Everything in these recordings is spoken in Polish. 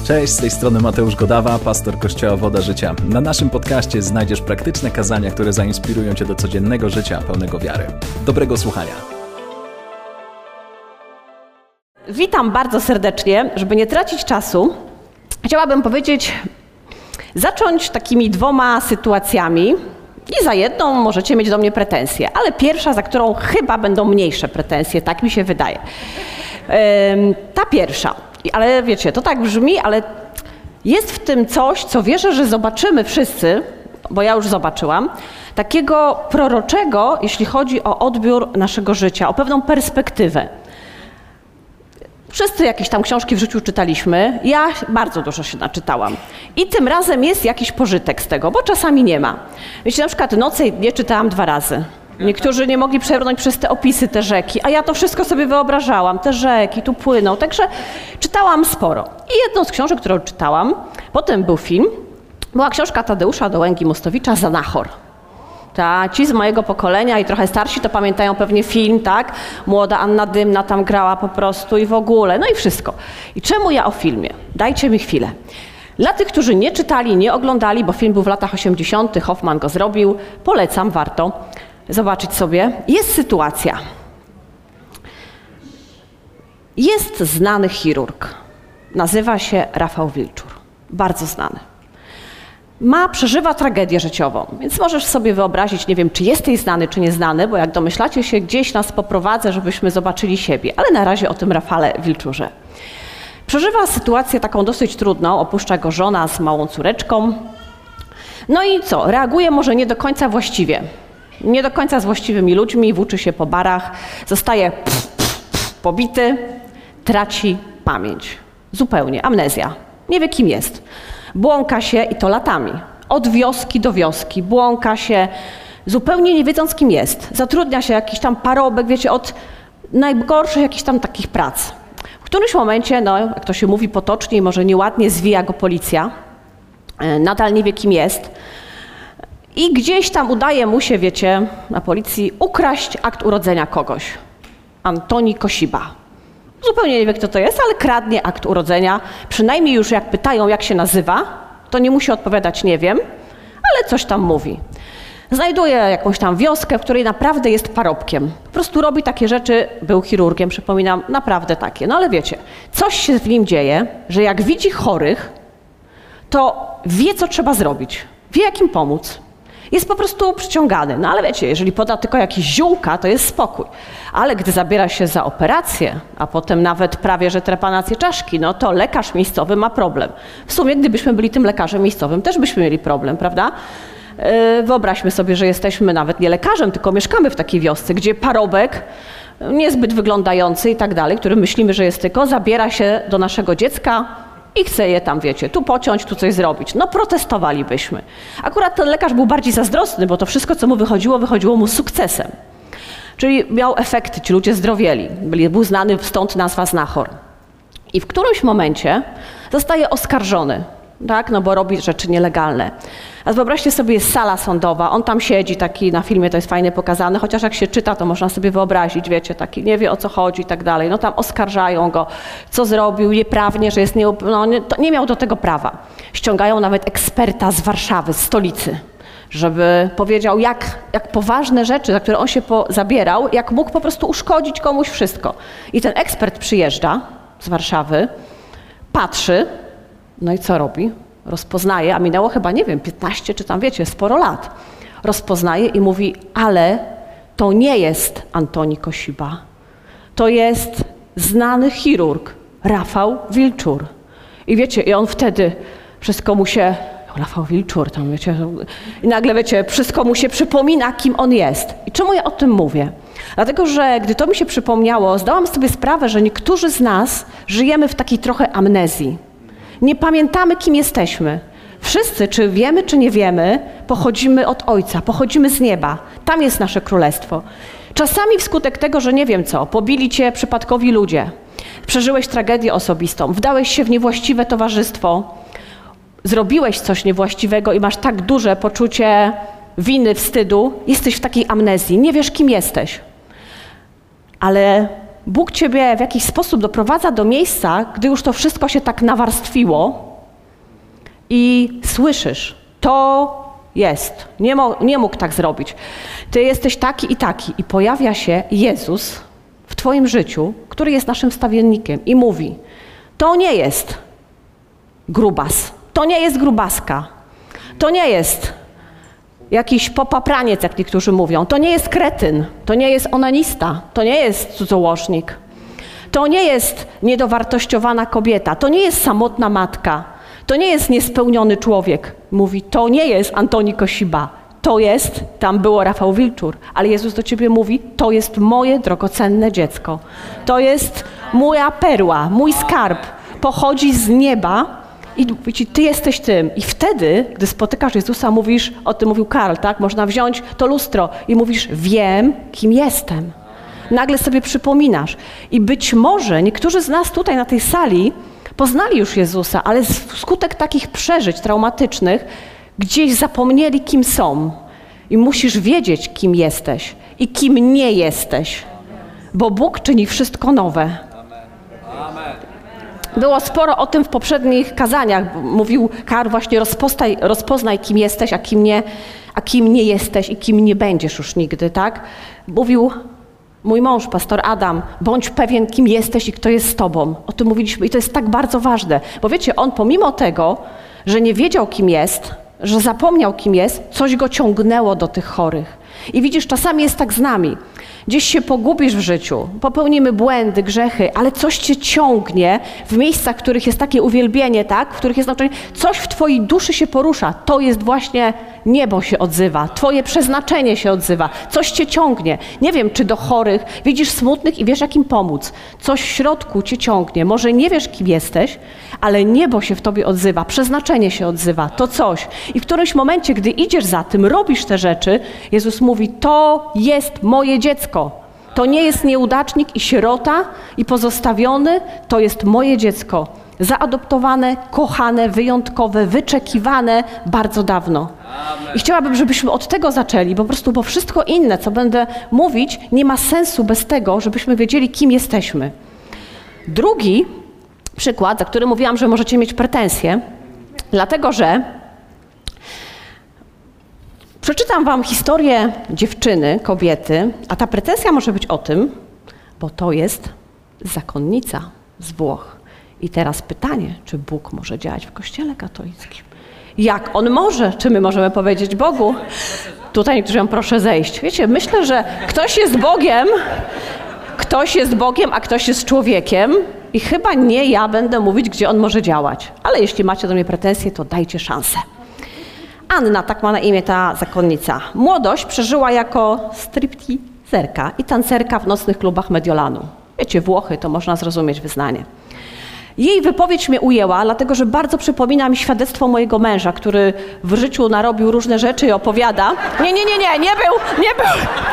Cześć, z tej strony Mateusz Godawa, pastor Kościoła Woda Życia. Na naszym podcaście znajdziesz praktyczne kazania, które zainspirują Cię do codziennego życia pełnego wiary. Dobrego słuchania. Witam bardzo serdecznie. Żeby nie tracić czasu, chciałabym zacząć takimi dwoma sytuacjami i za jedną możecie mieć do mnie pretensje, ale pierwsza, za którą chyba będą mniejsze pretensje, tak mi się wydaje. Ta pierwsza, ale wiecie, to tak brzmi, ale jest w tym coś, co wierzę, że zobaczymy wszyscy, bo ja już zobaczyłam, takiego proroczego, jeśli chodzi o odbiór naszego życia, o pewną perspektywę. Wszyscy jakieś tam książki w życiu czytaliśmy, ja bardzo dużo się naczytałam. I tym razem jest jakiś pożytek z tego, bo czasami nie ma. Wiecie, na przykład Nocy i dnie czytałam 2 razy. Niektórzy nie mogli przebrnąć przez te opisy, te rzeki, a ja to wszystko sobie wyobrażałam, te rzeki tu płyną, także czytałam sporo. I jedną z książek, którą czytałam, potem był film, była książka Tadeusza Dołęgi-Mostowicza Zanachor. Ci z mojego pokolenia i trochę starsi to pamiętają pewnie film, tak? Młoda Anna Dymna tam grała po prostu i w ogóle, no i wszystko. I czemu ja o filmie? Dajcie mi chwilę. Dla tych, którzy nie czytali, nie oglądali, bo film był w latach 80., Hoffman go zrobił, polecam, warto zobaczyć sobie. Jest sytuacja. Jest znany chirurg. Nazywa się Rafał Wilczur. Bardzo znany. Przeżywa tragedię życiową, więc możesz sobie wyobrazić, nie wiem, czy jesteś znany, czy nieznany, bo jak domyślacie się, gdzieś nas poprowadzę, żebyśmy zobaczyli siebie, ale na razie o tym Rafale Wilczurze. Przeżywa sytuację taką dosyć trudną, opuszcza go żona z małą córeczką. No i co? Reaguje może nie do końca właściwie. Nie do końca z właściwymi ludźmi, włóczy się po barach, zostaje pobity, traci pamięć. Zupełnie, amnezja. Nie wie, kim jest. Błąka się i to latami. Od wioski do wioski. Błąka się, zupełnie nie wiedząc, kim jest. Zatrudnia się jakiś tam parobek, wiecie, od najgorszych jakichś tam takich prac. W którymś momencie, no, jak to się mówi potocznie i może nieładnie, zwija go policja. Nadal nie wie, kim jest. I gdzieś tam udaje mu się, wiecie, na policji ukraść akt urodzenia kogoś. Antoni Kosiba. Zupełnie nie wie, kto to jest, ale kradnie akt urodzenia. Przynajmniej już jak pytają, jak się nazywa, to nie musi odpowiadać, nie wiem, ale coś tam mówi. Znajduje jakąś tam wioskę, w której naprawdę jest parobkiem. Po prostu robi takie rzeczy, był chirurgiem, przypominam, naprawdę takie. No ale wiecie, coś się w nim dzieje, że jak widzi chorych, to wie, co trzeba zrobić. Wie, jak im pomóc. Jest po prostu przyciągany. No ale wiecie, jeżeli poda tylko jakieś ziółka, to jest spokój. Ale gdy zabiera się za operację, a potem nawet prawie, że trepanację czaszki, no to lekarz miejscowy ma problem. W sumie, gdybyśmy byli tym lekarzem miejscowym, też byśmy mieli problem, prawda? Wyobraźmy sobie, że jesteśmy nawet nie lekarzem, tylko mieszkamy w takiej wiosce, gdzie parobek, niezbyt wyglądający i tak dalej, który myślimy, że jest tylko, zabiera się do naszego dziecka i chce je tam, wiecie, tu pociąć, tu coś zrobić. No protestowalibyśmy. Akurat ten lekarz był bardziej zazdrosny, bo to wszystko, co mu wychodziło mu sukcesem. Czyli miał efekty, ci ludzie zdrowieli. Był znany stąd nazwa Znachor. I w którymś momencie zostaje oskarżony, tak, no bo robi rzeczy nielegalne. A wyobraźcie sobie, jest sala sądowa, on tam siedzi, taki na filmie to jest fajnie pokazane, chociaż jak się czyta, to można sobie wyobrazić, wiecie, taki nie wie, o co chodzi i tak dalej. No tam oskarżają go, co zrobił nieprawnie, że jest nie miał do tego prawa. Ściągają nawet eksperta z Warszawy, z stolicy, żeby powiedział, jak poważne rzeczy, za które on się zabierał, jak mógł po prostu uszkodzić komuś wszystko. I ten ekspert przyjeżdża z Warszawy, patrzy, no i co robi? Rozpoznaje, a minęło chyba, nie wiem, 15 czy tam, wiecie, sporo lat. Rozpoznaje i mówi, ale to nie jest Antoni Kosiba. To jest znany chirurg, Rafał Wilczur. I wiecie, i on wtedy wszystko mu się, Rafał Wilczur tam, wiecie, i nagle, wiecie, wszystko mu się przypomina, kim on jest. I czemu ja o tym mówię? Dlatego, że gdy to mi się przypomniało, zdałam sobie sprawę, że niektórzy z nas żyjemy w takiej trochę amnezji. Nie pamiętamy, kim jesteśmy. Wszyscy, czy wiemy, czy nie wiemy, pochodzimy od Ojca, pochodzimy z nieba. Tam jest nasze królestwo. Czasami wskutek tego, że nie wiem co, pobili cię przypadkowi ludzie, przeżyłeś tragedię osobistą, wdałeś się w niewłaściwe towarzystwo, zrobiłeś coś niewłaściwego i masz tak duże poczucie winy, wstydu, jesteś w takiej amnezji, nie wiesz, kim jesteś. Ale Bóg ciebie w jakiś sposób doprowadza do miejsca, gdy już to wszystko się tak nawarstwiło i słyszysz, to jest, nie mógł tak zrobić. Ty jesteś taki i taki. I pojawia się Jezus w twoim życiu, który jest naszym wstawiennikiem i mówi, to nie jest grubas, to nie jest grubaska, to nie jest jakiś popapraniec, jak niektórzy mówią, to nie jest kretyn, to nie jest onanista, to nie jest cudzołożnik, to nie jest niedowartościowana kobieta, to nie jest samotna matka, to nie jest niespełniony człowiek. Mówi, to nie jest Antoni Kosiba, to jest, tam było Rafał Wilczur, ale Jezus do ciebie mówi, to jest moje drogocenne dziecko, to jest moja perła, mój skarb, pochodzi z nieba i mówi ci, ty jesteś tym. I wtedy, gdy spotykasz Jezusa, mówisz, o tym mówił Karl, tak? Można wziąć to lustro i mówisz, wiem, kim jestem. Nagle sobie przypominasz. I być może niektórzy z nas tutaj na tej sali poznali już Jezusa, ale wskutek takich przeżyć traumatycznych gdzieś zapomnieli, kim są. I musisz wiedzieć, kim jesteś i kim nie jesteś. Bo Bóg czyni wszystko nowe. Było sporo o tym w poprzednich kazaniach. Mówił Karl właśnie, rozpoznaj, kim jesteś, a kim nie jesteś i kim nie będziesz już nigdy, tak? Mówił mój mąż, pastor Adam, bądź pewien, kim jesteś i kto jest z tobą. O tym mówiliśmy i to jest tak bardzo ważne. Bo wiecie, on pomimo tego, że nie wiedział, kim jest, że zapomniał, kim jest, coś go ciągnęło do tych chorych. I widzisz, czasami jest tak z nami. Gdzieś się pogubisz w życiu, popełnimy błędy, grzechy, ale coś cię ciągnie w miejscach, w których jest takie uwielbienie, tak? W których jest znaczenie, coś w twojej duszy się porusza. To jest właśnie niebo się odzywa, twoje przeznaczenie się odzywa, coś cię ciągnie. Nie wiem, czy do chorych, widzisz smutnych i wiesz, jak im pomóc. Coś w środku cię ciągnie. Może nie wiesz, kim jesteś, ale niebo się w tobie odzywa, przeznaczenie się odzywa, to coś. I w którymś momencie, gdy idziesz za tym, robisz te rzeczy, Jezus mówi, to jest moje dziecko. To nie jest nieudacznik i sierota i pozostawiony, to jest moje dziecko. Zaadoptowane, kochane, wyjątkowe, wyczekiwane bardzo dawno. I chciałabym, żebyśmy od tego zaczęli, bo wszystko inne, co będę mówić, nie ma sensu bez tego, żebyśmy wiedzieli, kim jesteśmy. Drugi przykład, za który mówiłam, że możecie mieć pretensje, dlatego że przeczytam wam historię dziewczyny, kobiety, a ta pretensja może być o tym, bo to jest zakonnica z Włoch. I teraz pytanie, czy Bóg może działać w Kościele katolickim? Jak On może? Czy my możemy powiedzieć Bogu? Tutaj niektórzy mówią, proszę zejść. Wiecie, myślę, że ktoś jest Bogiem, a ktoś jest człowiekiem i chyba nie ja będę mówić, gdzie On może działać. Ale jeśli macie do mnie pretensje, to dajcie szansę. Anna, tak ma na imię ta zakonnica. Młodość przeżyła jako stripteaserka i tancerka w nocnych klubach Mediolanu. Wiecie, Włochy, to można zrozumieć wyznanie. Jej wypowiedź mnie ujęła, dlatego że bardzo przypomina mi świadectwo mojego męża, który w życiu narobił różne rzeczy i opowiada. Nie był.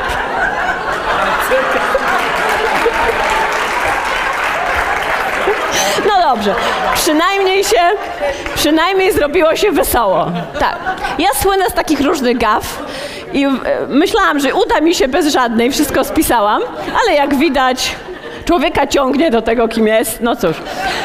No dobrze, przynajmniej zrobiło się wesoło. Tak. Ja słynę z takich różnych gaf i myślałam, że uda mi się bez żadnej, wszystko spisałam, ale jak widać, człowieka ciągnie do tego, kim jest. No cóż.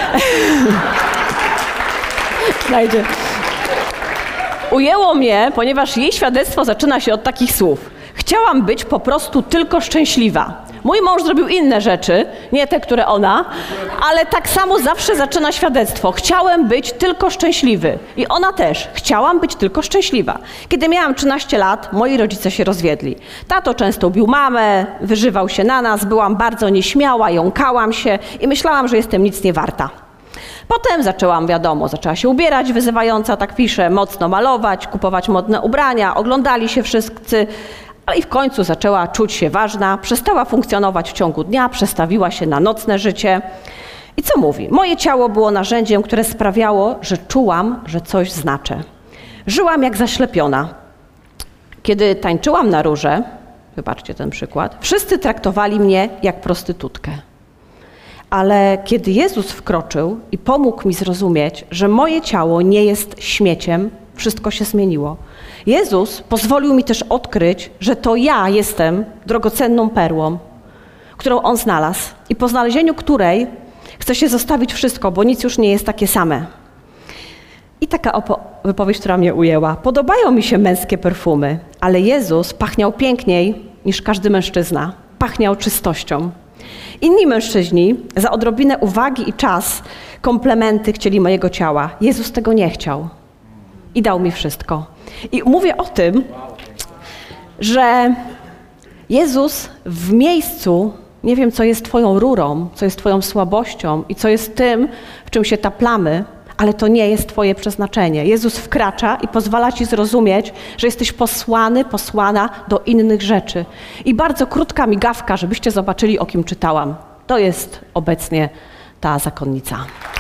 Znajdzie. Ujęło mnie, ponieważ jej świadectwo zaczyna się od takich słów. Chciałam być po prostu tylko szczęśliwa. Mój mąż zrobił inne rzeczy, nie te, które ona, ale tak samo zawsze zaczyna świadectwo. Chciałem być tylko szczęśliwy. I ona też. Chciałam być tylko szczęśliwa. Kiedy miałam 13 lat, moi rodzice się rozwiedli. Tato często bił mamę, wyżywał się na nas, byłam bardzo nieśmiała, jąkałam się i myślałam, że jestem nic nie warta. Potem zaczęła się ubierać wyzywająco, tak pisze, mocno malować, kupować modne ubrania, oglądali się wszyscy, ale i w końcu zaczęła czuć się ważna, przestała funkcjonować w ciągu dnia, przestawiła się na nocne życie. I co mówi? Moje ciało było narzędziem, które sprawiało, że czułam, że coś znaczę. Żyłam jak zaślepiona. Kiedy tańczyłam na róże, wybaczcie ten przykład, wszyscy traktowali mnie jak prostytutkę. Ale kiedy Jezus wkroczył i pomógł mi zrozumieć, że moje ciało nie jest śmieciem, wszystko się zmieniło. Jezus pozwolił mi też odkryć, że to ja jestem drogocenną perłą, którą on znalazł i po znalezieniu której chce się zostawić wszystko, bo nic już nie jest takie same. I taka wypowiedź, która mnie ujęła. Podobają mi się męskie perfumy, ale Jezus pachniał piękniej niż każdy mężczyzna. Pachniał czystością. Inni mężczyźni za odrobinę uwagi i czas, komplementy chcieli mojego ciała. Jezus tego nie chciał i dał mi wszystko. I mówię o tym, że Jezus w miejscu, nie wiem, co jest twoją rurą, co jest twoją słabością i co jest tym, w czym się taplamy, ale to nie jest twoje przeznaczenie. Jezus wkracza i pozwala ci zrozumieć, że jesteś posłany, posłana do innych rzeczy. I bardzo krótka migawka, żebyście zobaczyli, o kim czytałam. To jest obecnie ta zakonnica.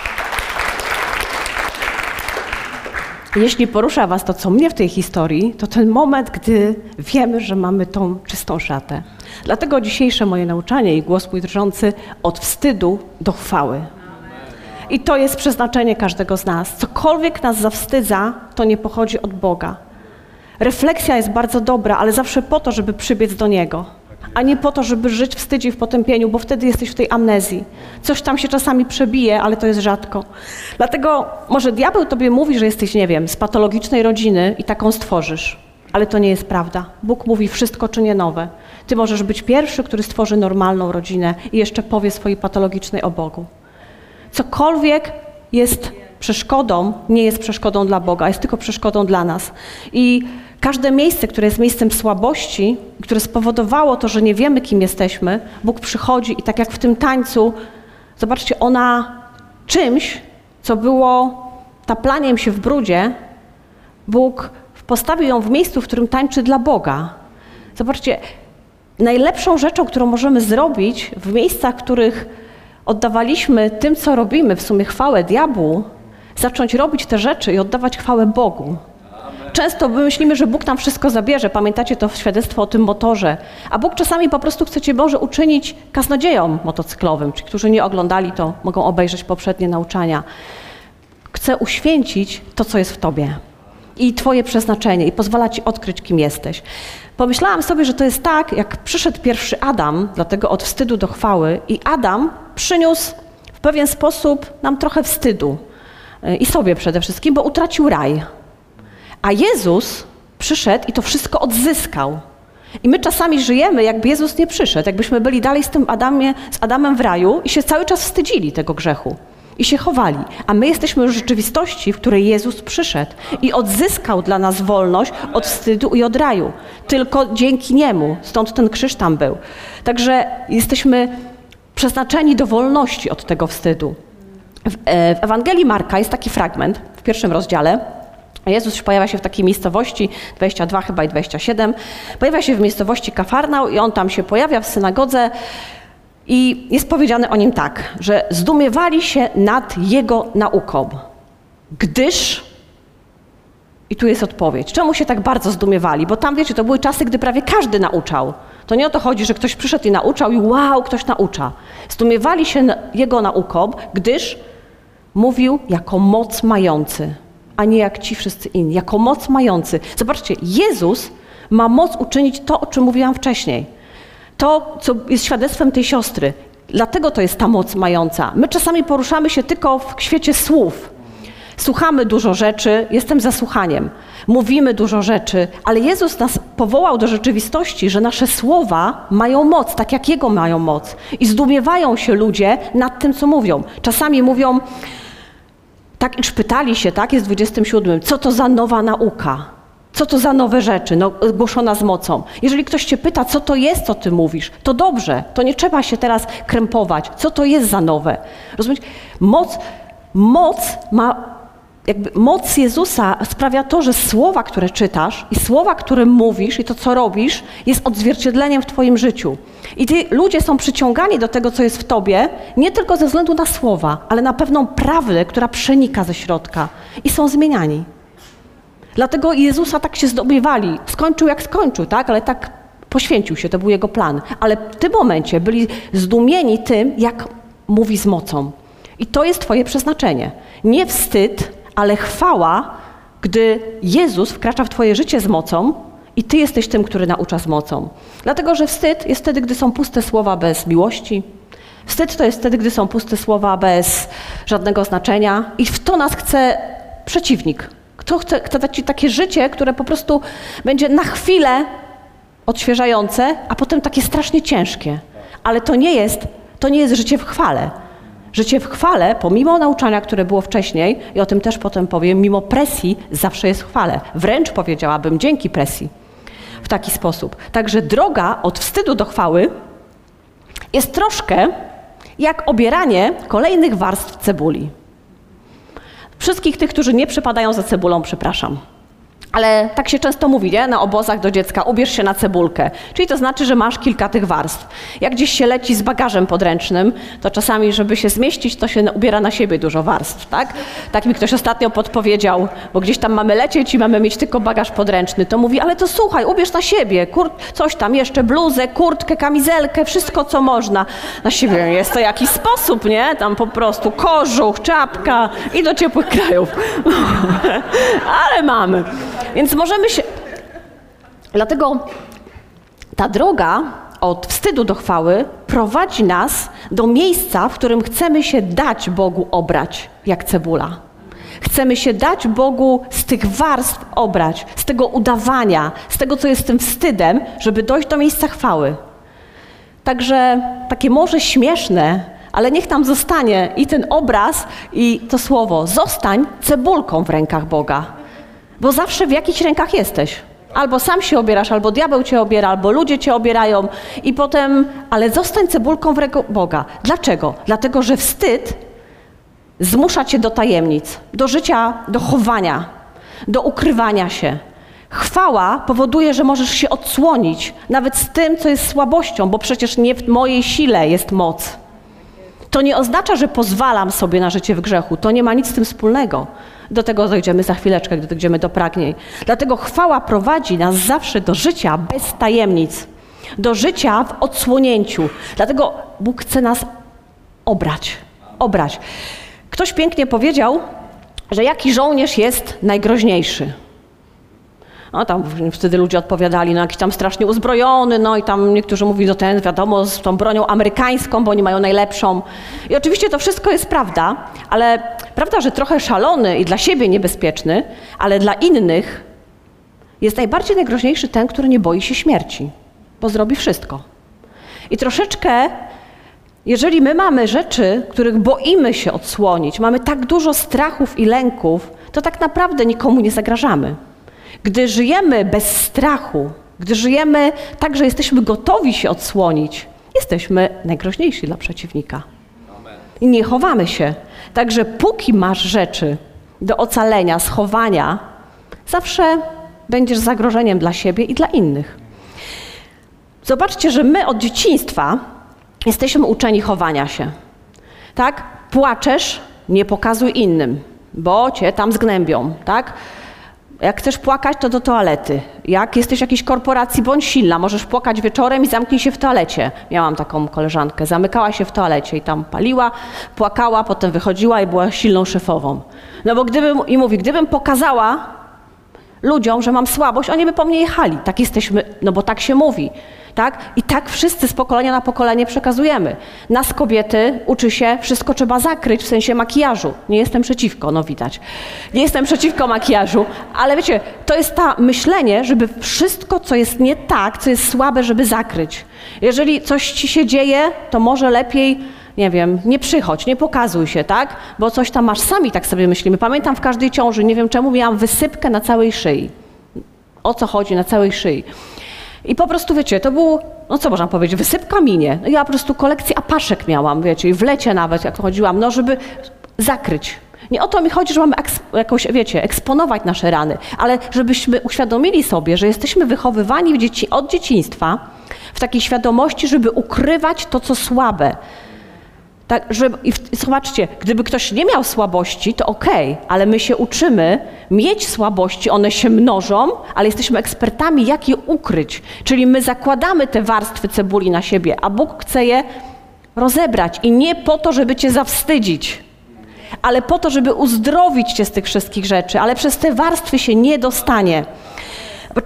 Jeśli porusza was to, co mnie w tej historii, to ten moment, gdy wiemy, że mamy tą czystą szatę. Dlatego dzisiejsze moje nauczanie i głos mój drżący od wstydu do chwały. I to jest przeznaczenie każdego z nas. Cokolwiek nas zawstydza, to nie pochodzi od Boga. Refleksja jest bardzo dobra, ale zawsze po to, żeby przybiec do Niego, a nie po to, żeby żyć w wstydzie i w potępieniu, bo wtedy jesteś w tej amnezji. Coś tam się czasami przebije, ale to jest rzadko. Dlatego może diabeł tobie mówi, że jesteś, nie wiem, z patologicznej rodziny i taką stworzysz, ale to nie jest prawda. Bóg mówi, wszystko czynię nowe. Ty możesz być pierwszy, który stworzy normalną rodzinę i jeszcze powie swojej patologicznej o Bogu. Cokolwiek jest przeszkodą, nie jest przeszkodą dla Boga, jest tylko przeszkodą dla nas. I każde miejsce, które jest miejscem słabości, które spowodowało to, że nie wiemy, kim jesteśmy, Bóg przychodzi i tak jak w tym tańcu, zobaczcie, ona czymś, co było taplaniem się w brudzie, Bóg postawił ją w miejscu, w którym tańczy dla Boga. Zobaczcie, najlepszą rzeczą, którą możemy zrobić w miejscach, w których oddawaliśmy tym, co robimy, w sumie chwałę diabłu, zacząć robić te rzeczy i oddawać chwałę Bogu. Często my myślimy, że Bóg nam wszystko zabierze. Pamiętacie to świadectwo o tym motorze. A Bóg czasami po prostu chce cię może uczynić kaznodzieją motocyklowym. Ci, którzy nie oglądali, to mogą obejrzeć poprzednie nauczania. Chce uświęcić to, co jest w tobie i twoje przeznaczenie i pozwala ci odkryć, kim jesteś. Pomyślałam sobie, że to jest tak, jak przyszedł pierwszy Adam, dlatego od wstydu do chwały, i Adam przyniósł w pewien sposób nam trochę wstydu i sobie przede wszystkim, bo utracił raj. A Jezus przyszedł i to wszystko odzyskał. I my czasami żyjemy, jakby Jezus nie przyszedł, jakbyśmy byli dalej z Adamem w raju i się cały czas wstydzili tego grzechu i się chowali. A my jesteśmy już w rzeczywistości, w której Jezus przyszedł i odzyskał dla nas wolność od wstydu i od raju. Tylko dzięki Niemu, stąd ten krzyż tam był. Także jesteśmy przeznaczeni do wolności od tego wstydu. W Ewangelii Marka jest taki fragment w 1 rozdziale. Jezus pojawia się w takiej miejscowości, 22 chyba i 27, pojawia się w miejscowości Kafarnaum i on tam się pojawia w synagodze i jest powiedziane o nim tak, że zdumiewali się nad jego nauką, gdyż, i tu jest odpowiedź, czemu się tak bardzo zdumiewali? Bo tam, wiecie, to były czasy, gdy prawie każdy nauczał. To nie o to chodzi, że ktoś przyszedł i nauczał i wow, ktoś naucza. Zdumiewali się jego nauką, gdyż mówił jako moc mający, a nie jak ci wszyscy inni, jako moc mający. Zobaczcie, Jezus ma moc uczynić to, o czym mówiłam wcześniej. To, co jest świadectwem tej siostry. Dlatego to jest ta moc mająca. My czasami poruszamy się tylko w świecie słów. Słuchamy dużo rzeczy, jestem za słuchaniem. Mówimy dużo rzeczy, ale Jezus nas powołał do rzeczywistości, że nasze słowa mają moc, tak jak Jego mają moc. I zdumiewają się ludzie nad tym, co mówią. Czasami mówią, tak iż pytali się, tak, jest w 27, co to za nowa nauka? Co to za nowe rzeczy, no, głoszona z mocą? Jeżeli ktoś cię pyta, co to jest, co ty mówisz, to dobrze, to nie trzeba się teraz krępować. Co to jest za nowe? Rozumiecie? Moc Jezusa sprawia to, że słowa, które czytasz i słowa, które mówisz i to, co robisz, jest odzwierciedleniem w twoim życiu. I ludzie są przyciągani do tego, co jest w tobie, nie tylko ze względu na słowa, ale na pewną prawdę, która przenika ze środka i są zmieniani. Dlatego Jezusa tak się zdobiewali. Skończył jak skończył, tak? Ale tak poświęcił się, to był Jego plan. Ale w tym momencie byli zdumieni tym, jak mówi z mocą. I to jest twoje przeznaczenie. Nie wstyd, ale chwała, gdy Jezus wkracza w twoje życie z mocą I Ty jesteś tym, który naucza z mocą. Dlatego, że wstyd jest wtedy, gdy są puste słowa bez miłości. Wstyd to jest wtedy, gdy są puste słowa bez żadnego znaczenia. I w to nas chce przeciwnik. Kto chce dać Ci takie życie, które po prostu będzie na chwilę odświeżające, a potem takie strasznie ciężkie. Ale to nie jest życie w chwale. Życie w chwale, pomimo nauczania, które było wcześniej, i o tym też potem powiem, mimo presji zawsze jest w chwale. Wręcz powiedziałabym dzięki presji. W taki sposób. Także droga od wstydu do chwały jest troszkę jak obieranie kolejnych warstw cebuli. Wszystkich tych, którzy nie przypadają za cebulą, przepraszam. Ale tak się często mówi, nie? Na obozach do dziecka, ubierz się na cebulkę. Czyli to znaczy, że masz kilka tych warstw. Jak gdzieś się leci z bagażem podręcznym, to czasami, żeby się zmieścić, to się ubiera na siebie dużo warstw, tak? Tak mi ktoś ostatnio podpowiedział, bo gdzieś tam mamy lecieć i mamy mieć tylko bagaż podręczny. To mówi, ale to słuchaj, ubierz na siebie, coś tam jeszcze, bluzę, kurtkę, kamizelkę, wszystko co można. Na siebie jest to jakiś sposób, nie? Tam po prostu kożuch, czapka i do ciepłych krajów. Ale mamy. Więc możemy się... Dlatego ta droga od wstydu do chwały prowadzi nas do miejsca, w którym chcemy się dać Bogu obrać, jak cebula. Chcemy się dać Bogu z tych warstw obrać, z tego udawania, z tego, co jest tym wstydem, żeby dojść do miejsca chwały. Także takie może śmieszne, ale niech tam zostanie i ten obraz, i to słowo. Zostań cebulką w rękach Boga. Bo zawsze w jakichś rękach jesteś. Albo sam się obierasz, albo diabeł cię obiera, albo ludzie cię obierają i potem, ale zostań cebulką w ręku Boga. Dlaczego? Dlatego, że wstyd zmusza cię do tajemnic, do życia, do chowania, do ukrywania się. Chwała powoduje, że możesz się odsłonić nawet z tym, co jest słabością, bo przecież nie w mojej sile jest moc. To nie oznacza, że pozwalam sobie na życie w grzechu. To nie ma nic z tym wspólnego. Do tego dojdziemy za chwileczkę, gdy dojdziemy do pragnień. Dlatego chwała prowadzi nas zawsze do życia bez tajemnic. Do życia w odsłonięciu. Dlatego Bóg chce nas obrać. Ktoś pięknie powiedział, że jaki żołnierz jest najgroźniejszy. No tam wtedy ludzie odpowiadali, no jakiś tam strasznie uzbrojony, no i tam niektórzy mówili, no ten wiadomo z tą bronią amerykańską, bo oni mają najlepszą. I oczywiście to wszystko jest prawda, ale prawda, że trochę szalony i dla siebie niebezpieczny, ale dla innych jest najbardziej najgroźniejszy ten, który nie boi się śmierci, bo zrobi wszystko. I troszeczkę, jeżeli my mamy rzeczy, których boimy się odsłonić, mamy tak dużo strachów i lęków, to tak naprawdę nikomu nie zagrażamy. Gdy żyjemy bez strachu, gdy żyjemy tak, że jesteśmy gotowi się odsłonić, jesteśmy najgroźniejsi dla przeciwnika. I nie chowamy się. Także póki masz rzeczy do ocalenia, schowania, zawsze będziesz zagrożeniem dla siebie i dla innych. Zobaczcie, że my od dzieciństwa jesteśmy uczeni chowania się. Tak? Płaczesz, nie pokazuj innym, bo cię tam zgnębią, tak? Jak chcesz płakać, to do toalety. Jak jesteś w jakiejś korporacji, bądź silna. Możesz płakać wieczorem i zamknij się w toalecie. Miałam taką koleżankę. Zamykała się w toalecie i tam paliła, płakała, potem wychodziła i była silną szefową. No bo gdybym pokazała ludziom, że mam słabość, oni by po mnie jechali. Tak jesteśmy, no bo tak się mówi. Tak? I tak wszyscy z pokolenia na pokolenie przekazujemy. Nas kobiety uczy się, wszystko trzeba zakryć, w sensie makijażu. Nie jestem przeciwko, no widać. Nie jestem przeciwko makijażu, ale wiecie, to jest to myślenie, żeby wszystko, co jest nie tak, co jest słabe, żeby zakryć. Jeżeli coś ci się dzieje, to może lepiej, nie wiem, nie przychodź, nie pokazuj się, tak? Bo coś tam masz, sami tak sobie myślimy. Pamiętam w każdej ciąży, nie wiem czemu, miałam wysypkę na całej szyi. O co chodzi na całej szyi? I po prostu, wiecie, to był, no co można powiedzieć, wysypka minie. No ja po prostu kolekcję apaszek miałam, wiecie, i w lecie nawet, jak chodziłam, no żeby zakryć. Nie o to mi chodzi, że mamy jakoś, wiecie, eksponować nasze rany, ale żebyśmy uświadomili sobie, że jesteśmy wychowywani od dzieciństwa w takiej świadomości, żeby ukrywać to, co słabe. Tak, i zobaczcie, gdyby ktoś nie miał słabości, to okej, ale my się uczymy mieć słabości, one się mnożą, ale jesteśmy ekspertami, jak je ukryć. Czyli my zakładamy te warstwy cebuli na siebie, a Bóg chce je rozebrać. I nie po to, żeby cię zawstydzić, ale po to, żeby uzdrowić cię z tych wszystkich rzeczy, ale przez te warstwy się nie dostanie.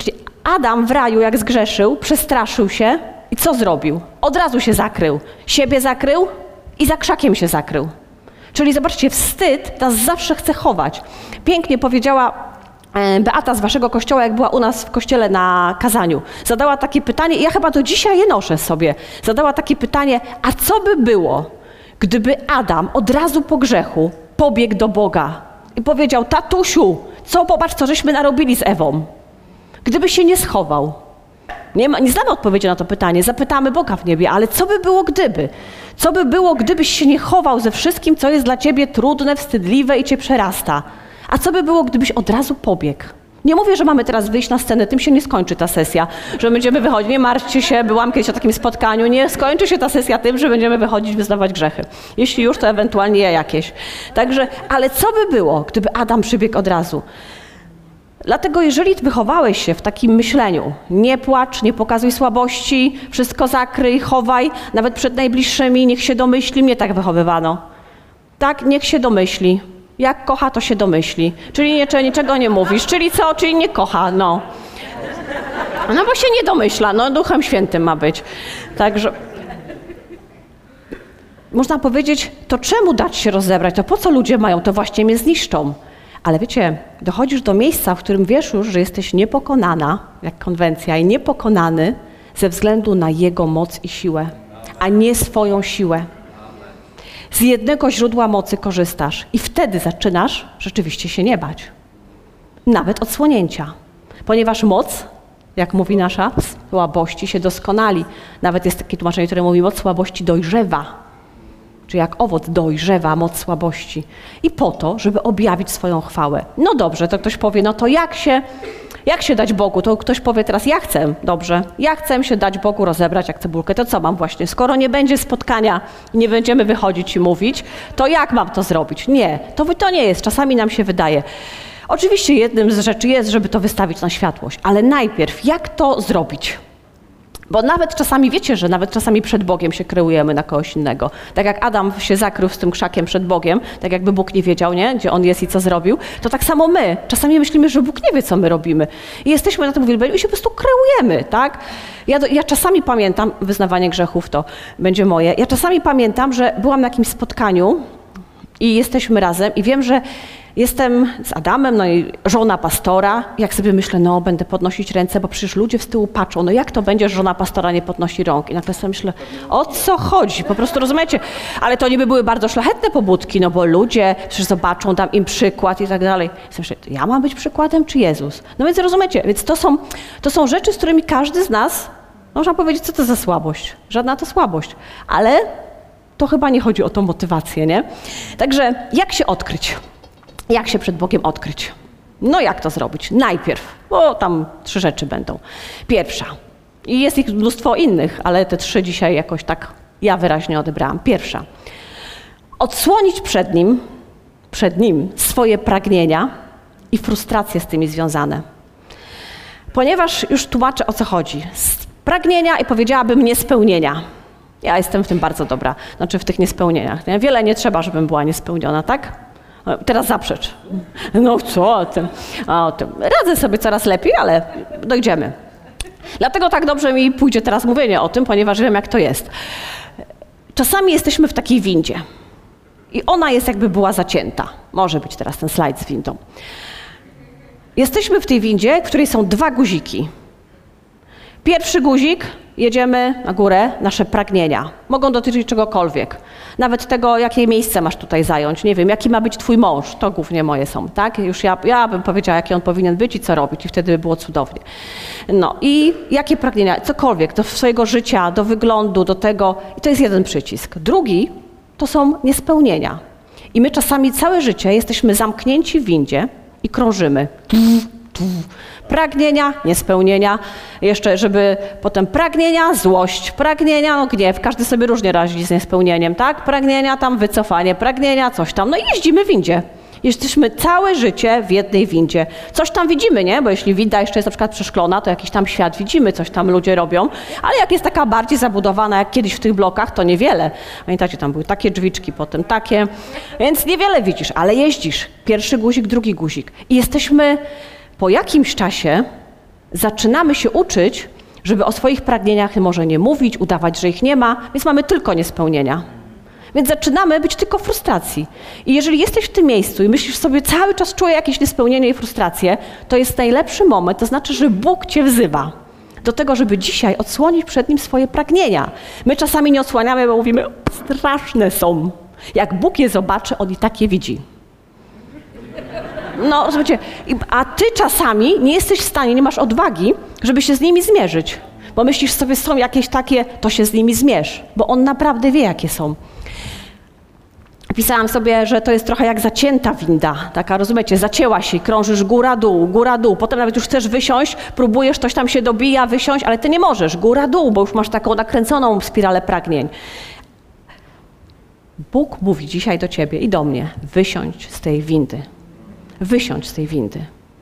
Adam w raju, jak zgrzeszył, przestraszył się i co zrobił? Od razu się zakrył. Siebie zakrył i za krzakiem się zakrył. Czyli zobaczcie, wstyd nas zawsze chce chować. Pięknie powiedziała Beata z waszego kościoła, jak była u nas w kościele na kazaniu. Zadała takie pytanie, i ja chyba do dzisiaj je noszę sobie. Zadała takie pytanie, a co by było, gdyby Adam od razu po grzechu pobiegł do Boga i powiedział, tatusiu, popatrz, co żeśmy narobili z Ewą. Gdyby się nie schował. Nie znamy odpowiedzi na to pytanie, zapytamy Boga w niebie, ale co by było gdyby? Co by było, gdybyś się nie chował ze wszystkim, co jest dla ciebie trudne, wstydliwe i cię przerasta? A co by było, gdybyś od razu pobiegł? Nie mówię, że mamy teraz wyjść na scenę, tym się nie skończy ta sesja, że będziemy wychodzić, nie martwcie się, byłam kiedyś o takim spotkaniu, nie skończy się ta sesja tym, że będziemy wychodzić, wyznawać grzechy. Jeśli już, to ewentualnie jakieś. Także, ale co by było, gdyby Adam przybiegł od razu? Dlatego jeżeli wychowałeś się w takim myśleniu, nie płacz, nie pokazuj słabości, wszystko zakryj, chowaj, nawet przed najbliższymi, niech się domyśli, mnie tak wychowywano. Tak, niech się domyśli. Jak kocha, to się domyśli. Czyli niczego nie mówisz. Czyli co? Czyli nie kocha, no. No bo się nie domyśla, no Duchem Świętym ma być. Także można powiedzieć, to czemu dać się rozebrać? To po co ludzie mają? To właśnie mnie zniszczą. Ale wiecie, dochodzisz do miejsca, w którym wiesz już, że jesteś niepokonana, jak konwencja, i niepokonany ze względu na Jego moc i siłę, a nie swoją siłę. Z jednego źródła mocy korzystasz i wtedy zaczynasz rzeczywiście się nie bać. Nawet odsłonięcia. Ponieważ moc, jak mówi nasza, w słabości się doskonali. Nawet jest takie tłumaczenie, które mówi, moc słabości dojrzewa. Czy jak owoc dojrzewa moc słabości. I po to, żeby objawić swoją chwałę. No dobrze, to ktoś powie, no to jak się dać Bogu? To ktoś powie teraz, ja chcę, dobrze, ja chcę się dać Bogu, rozebrać jak cebulkę. To co mam właśnie? Skoro nie będzie spotkania i nie będziemy wychodzić i mówić, to jak mam to zrobić? Nie, to nie jest, czasami nam się wydaje. Oczywiście jednym z rzeczy jest, żeby to wystawić na światłość, ale najpierw jak to zrobić? Bo nawet czasami, wiecie, że nawet czasami przed Bogiem się kreujemy na kogoś innego. Tak jak Adam się zakrył z tym krzakiem przed Bogiem, tak jakby Bóg nie wiedział, nie? Gdzie on jest i co zrobił, to tak samo my. Czasami myślimy, że Bóg nie wie, co my robimy. I jesteśmy na tym uwielbieniu i się po prostu kreujemy, tak? Ja czasami pamiętam, wyznawanie grzechów to będzie moje, ja czasami pamiętam, że byłam na jakimś spotkaniu i jesteśmy razem i wiem, że jestem z Adamem, no i żona pastora. Jak sobie myślę, no będę podnosić ręce, bo przecież ludzie z tyłu patrzą, no jak to będzie, że żona pastora nie podnosi rąk? I nagle sobie myślę, o co chodzi? Po prostu rozumiecie? Ale to niby były bardzo szlachetne pobudki, no bo ludzie przecież zobaczą, dam im przykład i tak dalej. I myślę, ja mam być przykładem czy Jezus? No więc rozumiecie, więc to są rzeczy, z którymi każdy z nas, można powiedzieć, co to za słabość? Żadna to słabość, ale to chyba nie chodzi o tą motywację, nie? Także jak się odkryć? Jak się przed Bogiem odkryć? No jak to zrobić? Najpierw, bo tam 3 rzeczy będą. Pierwsza, i jest ich mnóstwo innych, ale te 3 dzisiaj jakoś tak ja wyraźnie odebrałam. Pierwsza, odsłonić przed Nim swoje pragnienia i frustracje z tymi związane. Ponieważ już tłumaczę, o co chodzi. Pragnienia i powiedziałabym niespełnienia. Ja jestem w tym bardzo dobra, znaczy w tych niespełnieniach. Nie? Wiele nie trzeba, żebym była niespełniona, tak? Teraz zaprzecz. No co o tym? Radzę sobie coraz lepiej, ale dojdziemy. Dlatego tak dobrze mi pójdzie teraz mówienie o tym, ponieważ wiem, jak to jest. Czasami jesteśmy w takiej windzie i ona jest jakby była zacięta. Może być teraz ten slajd z windą. Jesteśmy w tej windzie, w której są 2 guziki. Pierwszy guzik, jedziemy na górę, nasze pragnienia. Mogą dotyczyć czegokolwiek. Nawet tego, jakie miejsce masz tutaj zająć. Nie wiem, jaki ma być twój mąż. To głównie moje są, tak? Już ja bym powiedziała, jaki on powinien być i co robić. I wtedy by było cudownie. No i jakie pragnienia? Cokolwiek. Do swojego życia, do wyglądu, do tego. I to jest jeden przycisk. Drugi to są niespełnienia. I my czasami całe życie jesteśmy zamknięci w windzie i krążymy. Pragnienia, niespełnienia, jeszcze żeby potem pragnienia, złość, pragnienia, no gniew, każdy sobie różnie radzi z niespełnieniem, tak? Pragnienia, tam wycofanie, pragnienia, coś tam, no i jeździmy w windzie. Jesteśmy całe życie w jednej windzie. Coś tam widzimy, nie? Bo jeśli winda jeszcze jest na przykład przeszklona, to jakiś tam świat widzimy, coś tam ludzie robią, ale jak jest taka bardziej zabudowana jak kiedyś w tych blokach, to niewiele. Pamiętacie, tam były takie drzwiczki, potem takie, więc niewiele widzisz, ale jeździsz. Pierwszy guzik, drugi guzik. I jesteśmy po jakimś czasie zaczynamy się uczyć, żeby o swoich pragnieniach może nie mówić, udawać, że ich nie ma, więc mamy tylko niespełnienia. Więc zaczynamy być tylko w frustracji. I jeżeli jesteś w tym miejscu i myślisz sobie, cały czas czuję jakieś niespełnienie i frustrację, to jest najlepszy moment, to znaczy, że Bóg cię wzywa do tego, żeby dzisiaj odsłonić przed Nim swoje pragnienia. My czasami nie odsłaniamy, bo mówimy, straszne są. Jak Bóg je zobaczy, On i tak je widzi. No, rozumiecie, a ty czasami nie jesteś w stanie, nie masz odwagi, żeby się z nimi zmierzyć. Bo myślisz sobie, są jakieś takie, to się z nimi zmierz. Bo On naprawdę wie, jakie są. Pisałam sobie, że to jest trochę jak zacięta winda. Taka, rozumiecie, zacięła się, krążysz góra, dół. Potem nawet już chcesz wysiąść, próbujesz, ktoś tam się dobija, wysiąść, ale ty nie możesz. Góra, dół, bo już masz taką nakręconą spiralę pragnień. Bóg mówi dzisiaj do ciebie i do mnie, wysiądź z tej windy. Wysiądź z tej windy.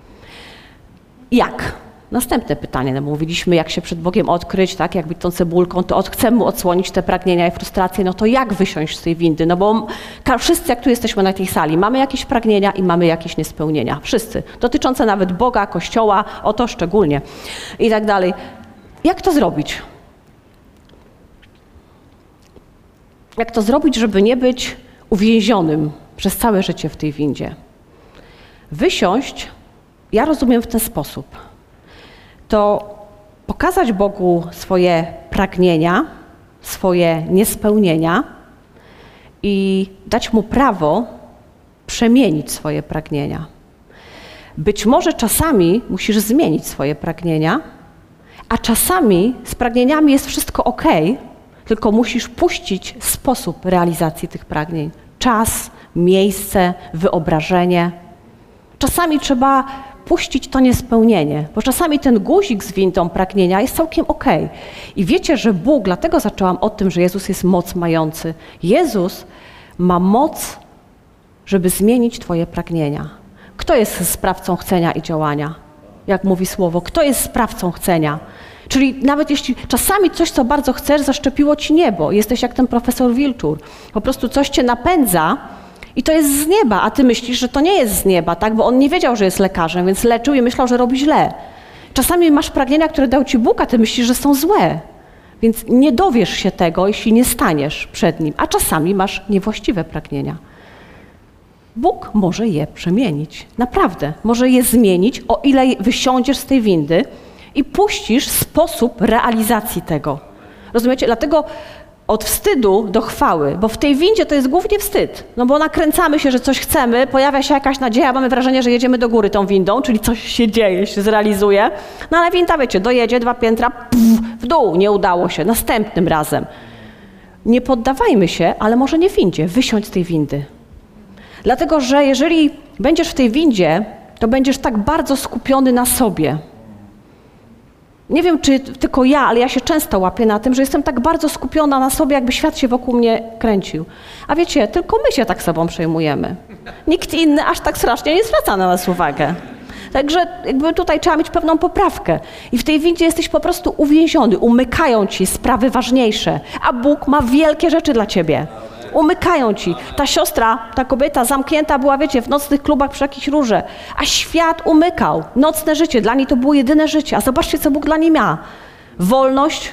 Jak? Następne pytanie. No, mówiliśmy, jak się przed Bogiem odkryć, tak? Jak być tą cebulką, to chcemy mu odsłonić te pragnienia i frustracje, no to jak wysiąść z tej windy? No bo wszyscy, jak tu jesteśmy na tej sali, mamy jakieś pragnienia i mamy jakieś niespełnienia. Wszyscy. Dotyczące nawet Boga, Kościoła, o to szczególnie i tak dalej. Jak to zrobić? Jak to zrobić, żeby nie być uwięzionym przez całe życie w tej windzie? Wysiąść, ja rozumiem w ten sposób, to pokazać Bogu swoje pragnienia, swoje niespełnienia i dać Mu prawo przemienić swoje pragnienia. Być może czasami musisz zmienić swoje pragnienia, a czasami z pragnieniami jest wszystko ok, tylko musisz puścić sposób realizacji tych pragnień. Czas, miejsce, wyobrażenie. Czasami trzeba puścić to niespełnienie, bo czasami ten guzik z windą pragnienia jest całkiem okej. I wiecie, że Bóg, dlatego zaczęłam o tym, że Jezus jest moc mający. Jezus ma moc, żeby zmienić twoje pragnienia. Kto jest sprawcą chcenia i działania? Jak mówi słowo, kto jest sprawcą chcenia? Czyli nawet jeśli czasami coś, co bardzo chcesz, zaszczepiło ci niebo. Jesteś jak ten profesor Wilczur. Po prostu coś cię napędza i to jest z nieba, a ty myślisz, że to nie jest z nieba, tak? Bo on nie wiedział, że jest lekarzem, więc leczył i myślał, że robi źle. Czasami masz pragnienia, które dał ci Bóg, a ty myślisz, że są złe. Więc nie dowiesz się tego, jeśli nie staniesz przed Nim. A czasami masz niewłaściwe pragnienia. Bóg może je przemienić. Naprawdę. Może je zmienić, o ile wysiądziesz z tej windy i puścisz sposób realizacji tego. Rozumiecie? Dlatego od wstydu do chwały, bo w tej windzie to jest głównie wstyd. No bo nakręcamy się, że coś chcemy, pojawia się jakaś nadzieja, mamy wrażenie, że jedziemy do góry tą windą, czyli coś się dzieje, się zrealizuje. No ale winda, wiecie, dojedzie 2 piętra, w dół, nie udało się, następnym razem. Nie poddawajmy się, ale może nie w windzie, wysiądź z tej windy. Dlatego, że jeżeli będziesz w tej windzie, to będziesz tak bardzo skupiony na sobie. Nie wiem, czy tylko ja, ale ja się często łapię na tym, że jestem tak bardzo skupiona na sobie, jakby świat się wokół mnie kręcił. A wiecie, tylko my się tak sobą przejmujemy. Nikt inny aż tak strasznie nie zwraca na nas uwagę. Także jakby tutaj trzeba mieć pewną poprawkę. I w tej windzie jesteś po prostu uwięziony, umykają ci sprawy ważniejsze, a Bóg ma wielkie rzeczy dla ciebie. Umykają ci. Ta siostra, ta kobieta zamknięta była, wiecie, w nocnych klubach przy jakiejś rurze, a świat umykał. Nocne życie, dla niej to było jedyne życie. A zobaczcie, co Bóg dla niej ma. Wolność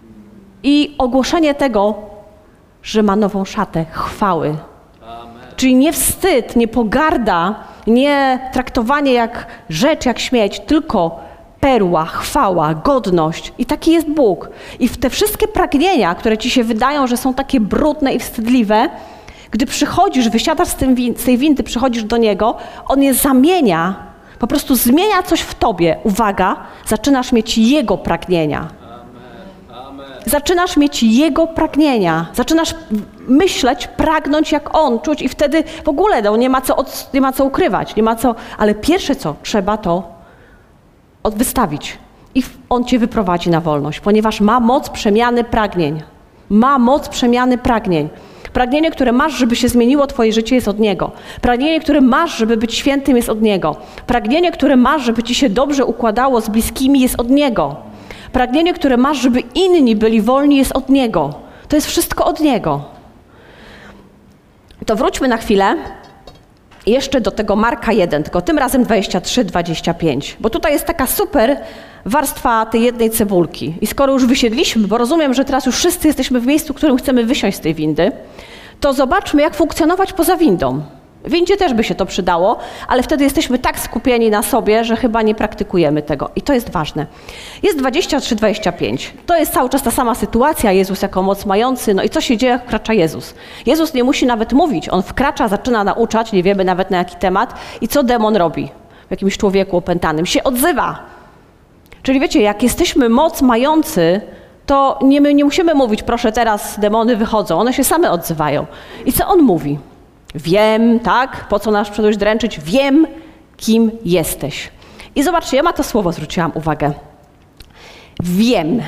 i ogłoszenie tego, że ma nową szatę chwały. Amen. Czyli nie wstyd, nie pogarda, nie traktowanie jak rzecz, jak śmieć, tylko perła, chwała, godność. I taki jest Bóg. I w te wszystkie pragnienia, które ci się wydają, że są takie brudne i wstydliwe, gdy przychodzisz, wysiadasz z tej windy, przychodzisz do Niego, On je zamienia, po prostu zmienia coś w tobie. Uwaga, zaczynasz mieć Jego pragnienia. Zaczynasz mieć Jego pragnienia. Zaczynasz myśleć, pragnąć jak On, czuć i wtedy w ogóle nie ma co ukrywać, nie ma co, ale pierwsze co trzeba to wystawić i On cię wyprowadzi na wolność, ponieważ ma moc przemiany pragnień. Ma moc przemiany pragnień. Pragnienie, które masz, żeby się zmieniło twoje życie, jest od Niego. Pragnienie, które masz, żeby być świętym, jest od Niego. Pragnienie, które masz, żeby ci się dobrze układało z bliskimi, jest od Niego. Pragnienie, które masz, żeby inni byli wolni, jest od Niego. To jest wszystko od Niego. To wróćmy na chwilę jeszcze do tego Marka 1, tylko tym razem 23-25, bo tutaj jest taka super warstwa tej jednej cebulki. I skoro już wysiedliśmy, bo rozumiem, że teraz już wszyscy jesteśmy w miejscu, w którym chcemy wysiąść z tej windy, to zobaczmy, jak funkcjonować poza windą. W windzie też by się to przydało, ale wtedy jesteśmy tak skupieni na sobie, że chyba nie praktykujemy tego. I to jest ważne. Jest 23-25. To jest cały czas ta sama sytuacja. Jezus jako moc mający. No i co się dzieje, jak wkracza Jezus? Jezus nie musi nawet mówić. On wkracza, zaczyna nauczać, nie wiemy nawet na jaki temat. I co demon robi w jakimś człowieku opętanym? Się odzywa. Czyli wiecie, jak jesteśmy moc mający, to my nie musimy mówić, proszę teraz demony wychodzą. One się same odzywają. I co on mówi? Wiem, tak? Po co nas przyszedłeś dręczyć? Wiem, kim jesteś. I zobaczcie, ja na to słowo zwróciłam uwagę. Wiem.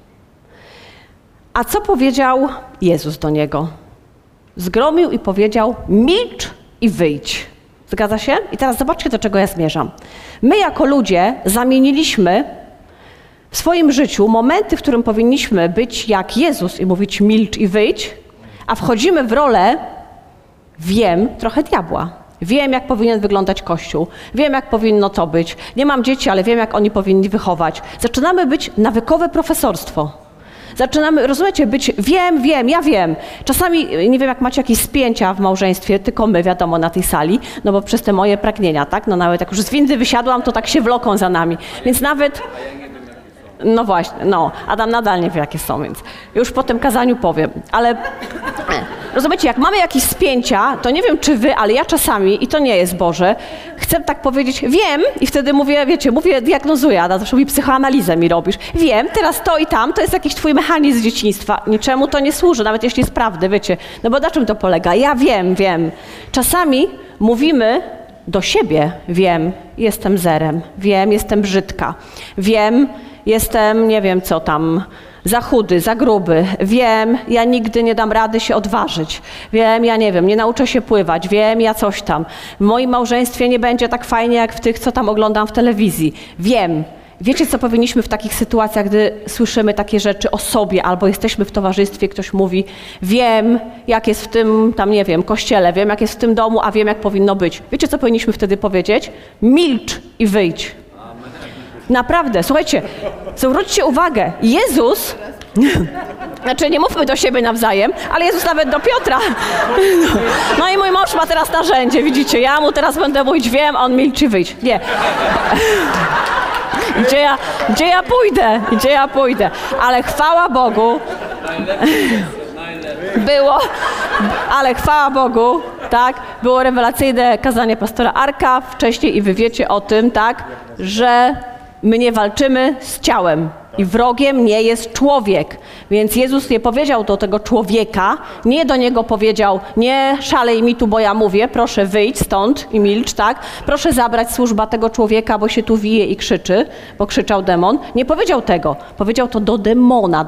A co powiedział Jezus do niego? Zgromił i powiedział, milcz i wyjdź. Zgadza się? I teraz zobaczcie, do czego ja zmierzam. My jako ludzie zamieniliśmy w swoim życiu momenty, w którym powinniśmy być jak Jezus i mówić milcz i wyjdź, a wchodzimy w rolę wiem trochę diabła. Wiem, jak powinien wyglądać Kościół. Wiem, jak powinno to być. Nie mam dzieci, ale wiem, jak oni powinni wychować. Zaczynamy być nawykowe profesorstwo. Zaczynamy, rozumiecie, być wiem, ja wiem. Czasami, nie wiem, jak macie jakieś spięcia w małżeństwie, tylko my, wiadomo, na tej sali, no bo przez te moje pragnienia, tak? No nawet jak już z windy wysiadłam, to tak się wloką za nami. Więc nawet... No właśnie, no, Adam nadal nie wie, jakie są, więc już po tym kazaniu powiem, ale rozumiecie, jak mamy jakieś spięcia, to nie wiem, czy wy, ale ja czasami, i to nie jest Boże, chcę tak powiedzieć, wiem, i wtedy mówię, wiecie, diagnozuję, Adam zawsze mówi, psychoanalizę mi robisz, wiem, teraz to i tam, to jest jakiś twój mechanizm z dzieciństwa, niczemu to nie służy, nawet jeśli jest prawdy, wiecie, no bo na czym to polega? Ja wiem. Czasami mówimy do siebie, wiem, jestem zerem, wiem, jestem brzydka, wiem, jestem, nie wiem co tam, za chudy, za gruby. Wiem, ja nigdy nie dam rady się odważyć. Wiem, ja nie wiem, nie nauczę się pływać. Wiem, ja coś tam. W moim małżeństwie nie będzie tak fajnie, jak w tych, co tam oglądam w telewizji. Wiem. Wiecie, co powinniśmy w takich sytuacjach, gdy słyszymy takie rzeczy o sobie albo jesteśmy w towarzystwie, ktoś mówi, wiem, jak jest w tym, tam nie wiem, kościele, wiem, jak jest w tym domu, a wiem, jak powinno być. Wiecie, co powinniśmy wtedy powiedzieć? Milcz i wyjdź. Naprawdę, słuchajcie, zwróćcie uwagę, Jezus, znaczy nie mówmy do siebie nawzajem, ale Jezus nawet do Piotra. No i mój mąż ma teraz narzędzie, widzicie, ja mu teraz będę mówić, wiem, a on milczy, wyjdź. Nie. Gdzie ja pójdę? Ale chwała Bogu, tak, było rewelacyjne kazanie pastora Arka wcześniej i wy wiecie o tym, tak, że my nie walczymy z ciałem i wrogiem nie jest człowiek. Więc Jezus nie powiedział do tego człowieka, nie do niego powiedział, nie szalej mi tu, bo ja mówię, proszę wyjdź stąd i milcz, tak? Proszę zabrać służba tego człowieka, bo się tu wije i krzyczy, bo krzyczał demon. Nie powiedział tego. Powiedział to do demona,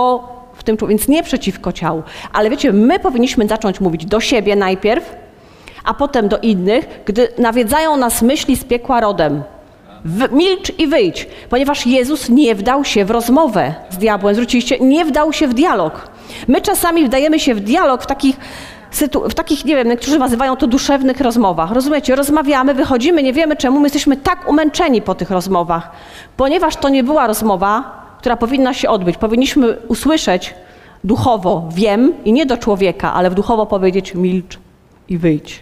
w tym, więc nie przeciwko ciału. Ale wiecie, my powinniśmy zacząć mówić do siebie najpierw, a potem do innych, gdy nawiedzają nas myśli z piekła rodem. Milcz i wyjdź, ponieważ Jezus nie wdał się w rozmowę z diabłem. Zwróciliście, nie wdał się w dialog. My czasami wdajemy się w dialog w takich, nie wiem, niektórzy nazywają to duszewnych rozmowach. Rozumiecie, rozmawiamy, wychodzimy, nie wiemy czemu, my jesteśmy tak umęczeni po tych rozmowach, ponieważ to nie była rozmowa, która powinna się odbyć. Powinniśmy usłyszeć duchowo, wiem, i nie do człowieka, ale duchowo powiedzieć milcz i wyjdź.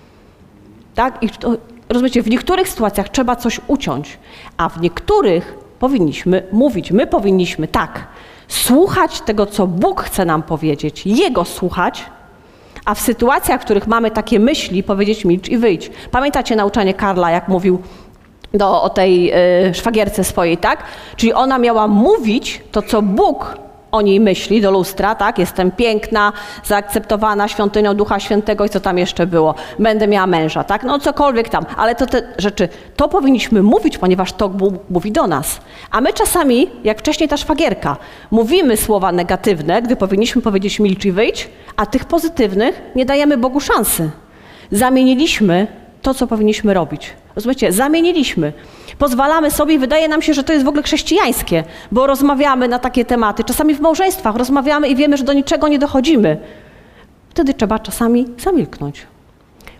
Tak? I to, rozumiecie, w niektórych sytuacjach trzeba coś uciąć, a w niektórych powinniśmy mówić. My powinniśmy tak słuchać tego, co Bóg chce nam powiedzieć, Jego słuchać, a w sytuacjach, w których mamy takie myśli, powiedzieć milcz i wyjdź. Pamiętacie nauczanie Karla, jak mówił o tej szwagierce swojej, tak? Czyli ona miała mówić to, co Bóg o niej myśli, do lustra, tak? Jestem piękna, zaakceptowana świątynią Ducha Świętego i co tam jeszcze było? Będę miała męża, tak? No cokolwiek tam, ale to te rzeczy, to powinniśmy mówić, ponieważ to Bóg mówi do nas. A my czasami, jak wcześniej ta szwagierka, mówimy słowa negatywne, gdy powinniśmy powiedzieć milcz i wyjdź, a tych pozytywnych nie dajemy Bogu szansy. Zamieniliśmy to, co powinniśmy robić. Rozumiecie? Zamieniliśmy. Pozwalamy sobie i wydaje nam się, że to jest w ogóle chrześcijańskie, bo rozmawiamy na takie tematy. Czasami w małżeństwach rozmawiamy i wiemy, że do niczego nie dochodzimy. Wtedy trzeba czasami zamilknąć.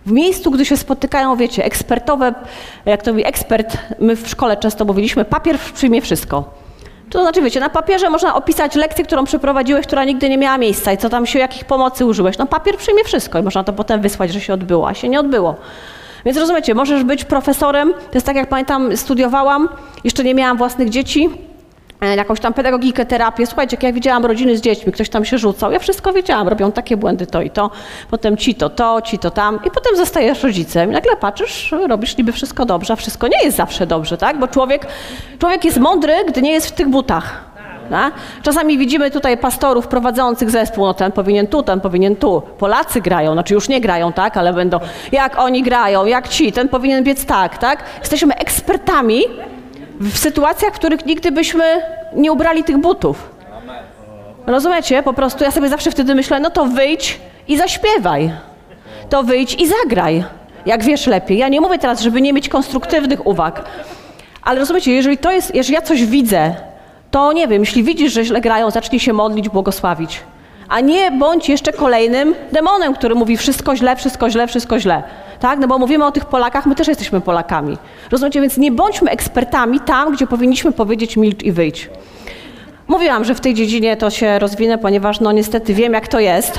W miejscu, gdy się spotykają, wiecie, ekspertowe, jak to mówi ekspert, my w szkole często mówiliśmy, papier przyjmie wszystko. To znaczy, wiecie, na papierze można opisać lekcję, którą przeprowadziłeś, która nigdy nie miała miejsca i co tam się, jakich pomocy użyłeś. No papier przyjmie wszystko i można to potem wysłać, że się odbyło, a się nie odbyło. Więc rozumiecie, możesz być profesorem, to jest tak jak pamiętam, studiowałam, jeszcze nie miałam własnych dzieci, jakąś tam pedagogikę, terapię. Słuchajcie, jak ja widziałam rodziny z dziećmi, ktoś tam się rzucał, ja wszystko wiedziałam, robią takie błędy to i to, potem ci to tam i potem zostajesz rodzicem i nagle patrzysz, robisz niby wszystko dobrze, a wszystko nie jest zawsze dobrze, tak? Bo człowiek jest mądry, gdy nie jest w tych butach. Tak? Czasami widzimy tutaj pastorów prowadzących zespół, no ten powinien tu. Polacy grają, znaczy już nie grają, tak, ale będą, jak oni grają, jak ci, ten powinien biec tak? Jesteśmy ekspertami w sytuacjach, w których nigdy byśmy nie ubrali tych butów. Rozumiecie? Po prostu ja sobie zawsze wtedy myślę, no to wyjdź i zaśpiewaj. To wyjdź i zagraj, jak wiesz lepiej. Ja nie mówię teraz, żeby nie mieć konstruktywnych uwag, ale rozumiecie, jeżeli ja coś widzę, to nie wiem, jeśli widzisz, że źle grają, zacznij się modlić, błogosławić. A nie bądź jeszcze kolejnym demonem, który mówi wszystko źle. Tak? No bo mówimy o tych Polakach, my też jesteśmy Polakami. Rozumiecie? Więc nie bądźmy ekspertami tam, gdzie powinniśmy powiedzieć milcz i wyjdź. Mówiłam, że w tej dziedzinie to się rozwinę, ponieważ no niestety wiem, jak to jest.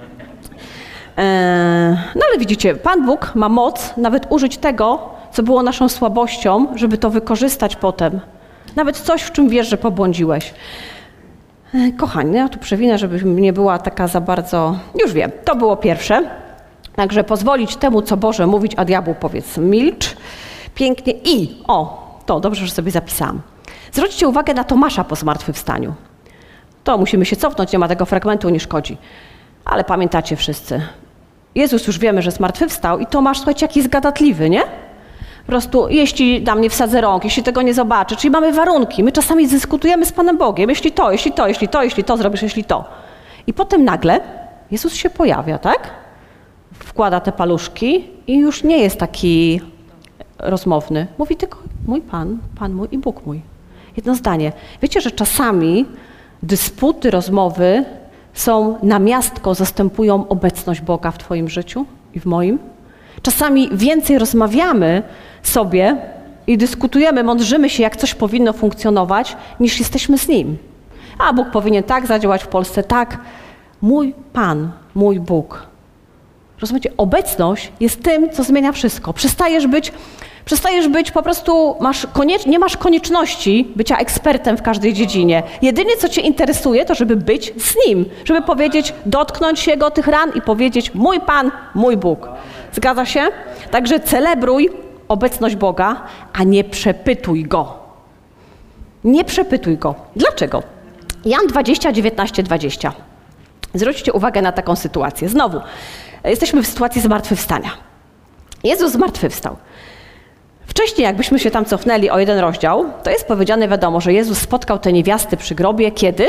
No ale widzicie, Pan Bóg ma moc nawet użyć tego, co było naszą słabością, żeby to wykorzystać potem. Nawet coś, w czym wiesz, że pobłądziłeś. Kochani, ja tu przewinę, żeby nie była taka za bardzo... Już wiem, to było pierwsze. Także pozwolić temu, co Boże mówić, a diabłu powiedz milcz. Pięknie. To dobrze, że sobie zapisałam. Zwróćcie uwagę na Tomasza po zmartwychwstaniu. To musimy się cofnąć, nie ma tego fragmentu, nie szkodzi. Ale pamiętacie wszyscy. Jezus już wiemy, że zmartwychwstał i Tomasz, słuchajcie, jaki jest gadatliwy, nie? Po prostu, jeśli nam nie wsadzę rąk, jeśli tego nie zobaczę, czyli mamy warunki. My czasami dyskutujemy z Panem Bogiem, jeśli to zrobisz, jeśli to. I potem nagle Jezus się pojawia, tak? Wkłada te paluszki i już nie jest taki rozmowny. Mówi tylko mój Pan, Pan mój i Bóg mój. Jedno zdanie. Wiecie, że czasami dysputy, rozmowy są namiastką, zastępują obecność Boga w twoim życiu i w moim? Czasami więcej rozmawiamy sobie i dyskutujemy, mądrzymy się, jak coś powinno funkcjonować, niż jesteśmy z Nim. A Bóg powinien tak zadziałać w Polsce, tak. Mój Pan, mój Bóg. Rozumiecie? Obecność jest tym, co zmienia wszystko. Przestajesz być po prostu, nie masz konieczności bycia ekspertem w każdej dziedzinie. Jedynie, co cię interesuje, to żeby być z Nim. Żeby powiedzieć, dotknąć się Jego tych ran i powiedzieć, mój Pan, mój Bóg. Zgadza się? Także celebruj obecność Boga, a nie przepytuj Go. Nie przepytuj Go. Dlaczego? Jan 20, 19, 20. Zwróćcie uwagę na taką sytuację. Znowu, jesteśmy w sytuacji zmartwychwstania. Jezus zmartwychwstał. Wcześniej, jakbyśmy się tam cofnęli o jeden rozdział, to jest powiedziane, wiadomo, że Jezus spotkał te niewiasty przy grobie. Kiedy?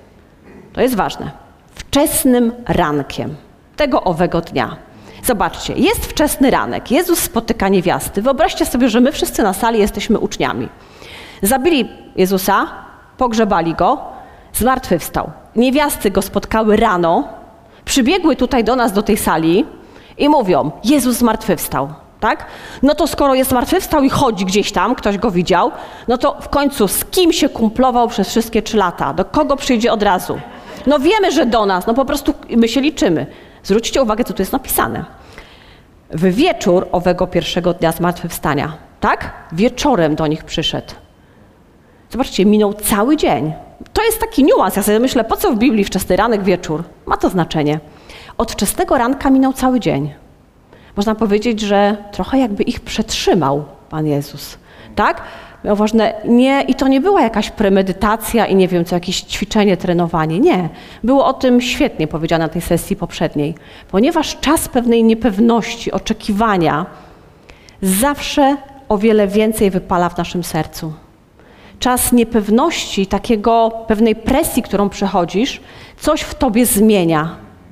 To jest ważne. Wczesnym rankiem tego owego dnia. Zobaczcie, jest wczesny ranek. Jezus spotyka niewiasty. Wyobraźcie sobie, że my wszyscy na sali jesteśmy uczniami. Zabili Jezusa, pogrzebali Go, zmartwychwstał. Niewiasty Go spotkały rano, przybiegły tutaj do nas, do tej sali i mówią, Jezus zmartwychwstał. Tak? No to skoro jest zmartwychwstał i chodzi gdzieś tam, ktoś Go widział, no to w końcu z kim się kumplował przez wszystkie 3 lata? Do kogo przyjdzie od razu? No wiemy, że do nas, no po prostu my się liczymy. Zwróćcie uwagę, co tu jest napisane. W wieczór owego pierwszego dnia zmartwychwstania, tak? Wieczorem do nich przyszedł. Zobaczcie, minął cały dzień. To jest taki niuans. Ja sobie myślę, po co w Biblii wczesny ranek, wieczór? Ma to znaczenie. Od wczesnego ranka minął cały dzień. Można powiedzieć, że trochę jakby ich przetrzymał Pan Jezus. Tak? Miał ważne, i to nie była jakaś premedytacja i nie wiem co, jakieś ćwiczenie, trenowanie. Nie. Było o tym świetnie powiedziane na tej sesji poprzedniej. Ponieważ czas pewnej niepewności, oczekiwania zawsze o wiele więcej wypala w naszym sercu. Czas niepewności, pewnej presji, którą przechodzisz, coś w tobie zmienia.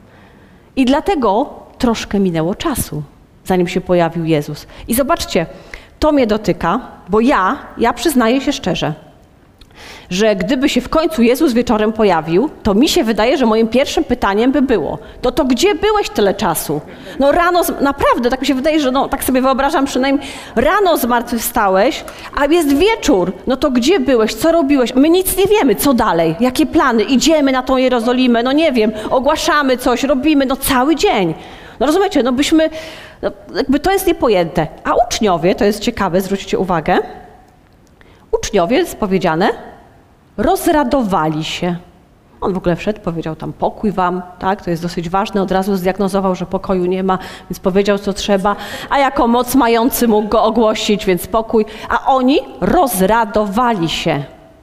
I dlatego troszkę minęło czasu, zanim się pojawił Jezus. I zobaczcie, to mnie dotyka, bo ja przyznaję się szczerze, że gdyby się w końcu Jezus wieczorem pojawił, to mi się wydaje, że moim pierwszym pytaniem by było, to gdzie byłeś tyle czasu? No rano, naprawdę, tak mi się wydaje, że tak sobie wyobrażam przynajmniej, rano zmartwychwstałeś, a jest wieczór, no to gdzie byłeś, co robiłeś? My nic nie wiemy, co dalej, jakie plany, idziemy na tą Jerozolimę, no nie wiem, ogłaszamy coś, robimy, no cały dzień. No rozumiecie, jakby to jest niepojęte. A uczniowie, to jest ciekawe, zwróćcie uwagę, uczniowie, jest powiedziane, rozradowali się. On w ogóle wszedł, powiedział tam pokój wam, tak, to jest dosyć ważne, od razu zdiagnozował, że pokoju nie ma, więc powiedział co trzeba, a jako moc mający mógł go ogłosić, więc pokój, a oni rozradowali się.